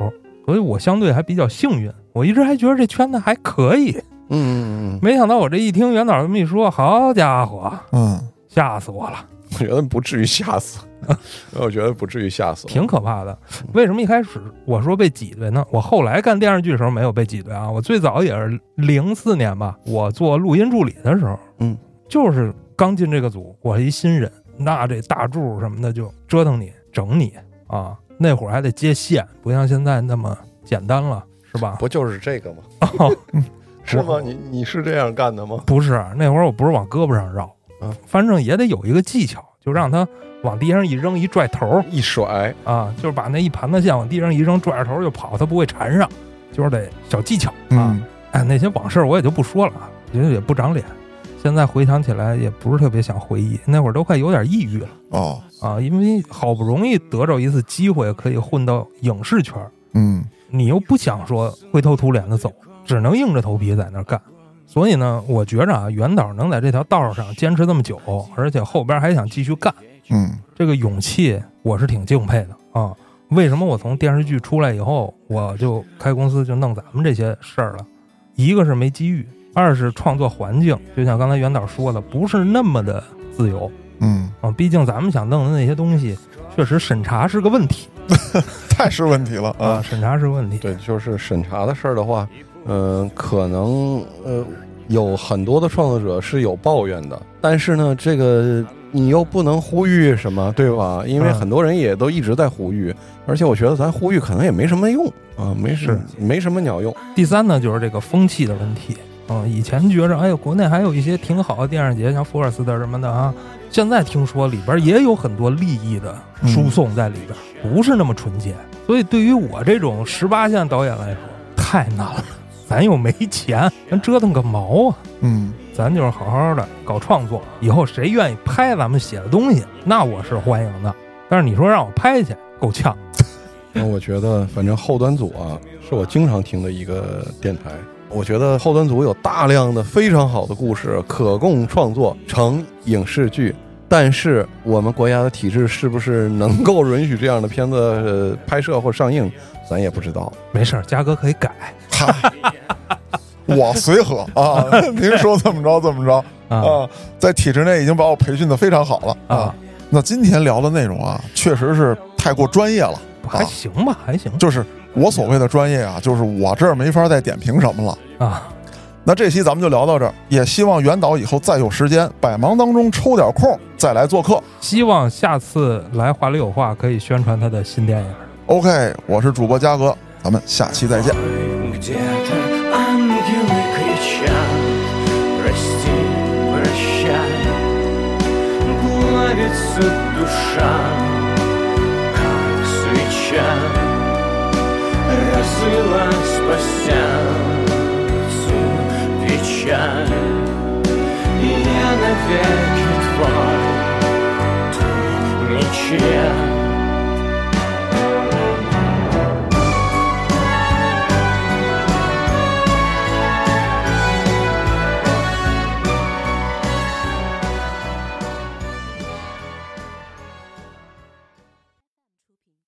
所以我相对还比较幸运。我一直还觉得这圈子还可以， 嗯嗯嗯， 没想到我这一听袁导这么一说，好家伙， 嗯， 吓死我了， 我觉得不至于吓死，我觉得不至于吓死， 挺可怕的。为什么一开始我说被挤兑呢？我后来干电视剧的时候没有被挤兑啊，我最早也是零四年吧，我做录音助理的时候， 嗯， 就是刚进这个组，我是一新人，那这大柱什么的就折腾你整你啊，那会儿还得接线，不像现在那么简单了，是吧？ 不就是这个吗？ 哦， 是吗？你你是这样干的吗？ 不是，那会儿我不是往胳膊上绕， 嗯， 反正也得有一个技巧，就让他往地上一扔，一拽头一甩啊，就是把那一盘子线往地上一扔，拽着头就跑，他不会缠上，就是得小技巧啊。 嗯、 哎，那些往事我也就不说了啊，觉得也不长脸。现在回想起来，也不是特别想回忆，那会儿都快有点抑郁了哦啊，因为好不容易得着一次机会，可以混到影视圈， 嗯， 你又不想说灰头土脸的走，只能硬着头皮在那儿干。所以呢，我觉着啊，袁导能在这条道上坚持这么久，而且后边还想继续干， 嗯， 这个勇气我是挺敬佩的啊。为什么我从电视剧出来以后，我就开公司就弄咱们这些事儿了？一个是没机遇，二是创作环境，就像刚才袁导说的，不是那么的自由。 嗯啊，毕竟咱们想弄的那些东西，确实审查是个问题， 太是问题了啊，审查是个问题。 对，就是审查的事儿的话，嗯、呃，可能呃有很多的创作者是有抱怨的，但是呢，这个你又不能呼吁什么，对吧？因为很多人也都一直在呼吁，而且我觉得咱呼吁可能也没什么用啊，没事，没什么鸟用。 第三呢，就是这个风气的问题。嗯，以前觉着，哎呦，国内还有一些挺好的电视节，像福尔斯特什么的啊。现在听说里边也有很多利益的输送在里边，嗯、不是那么纯洁。所以对于我这种十八线导演来说，太难了。咱又没钱，咱折腾个毛啊！ 嗯， 咱就是好好的搞创作，以后谁愿意拍咱们写的东西，那我是欢迎的。但是你说让我拍去，够呛。 那我觉得，反正后端组啊，是我经常听的一个电台。我觉得后端组有大量的非常好的故事可供创作成影视剧，但是我们国家的体制是不是能够允许这样的片子、呃、拍摄或上映，咱也不知道。 没事，嘉哥可以改。 我随和啊，您说怎么着怎么着啊，在体制内已经把我培训的非常好了啊。那今天聊的内容啊，确实是太过专业了， 还行吧，还行。 就是我所谓的专业啊，就是我这儿没法再点评什么了啊。 那这期咱们就聊到这儿，也希望袁导以后再有时间，百忙当中抽点空再来做客。 希望下次来话里有话可以宣传他的新电影。 OK， 我是主播嘉哥，咱们下期再见。 Разлилась по сердцу печаль, и я навеки твой, ты ничья.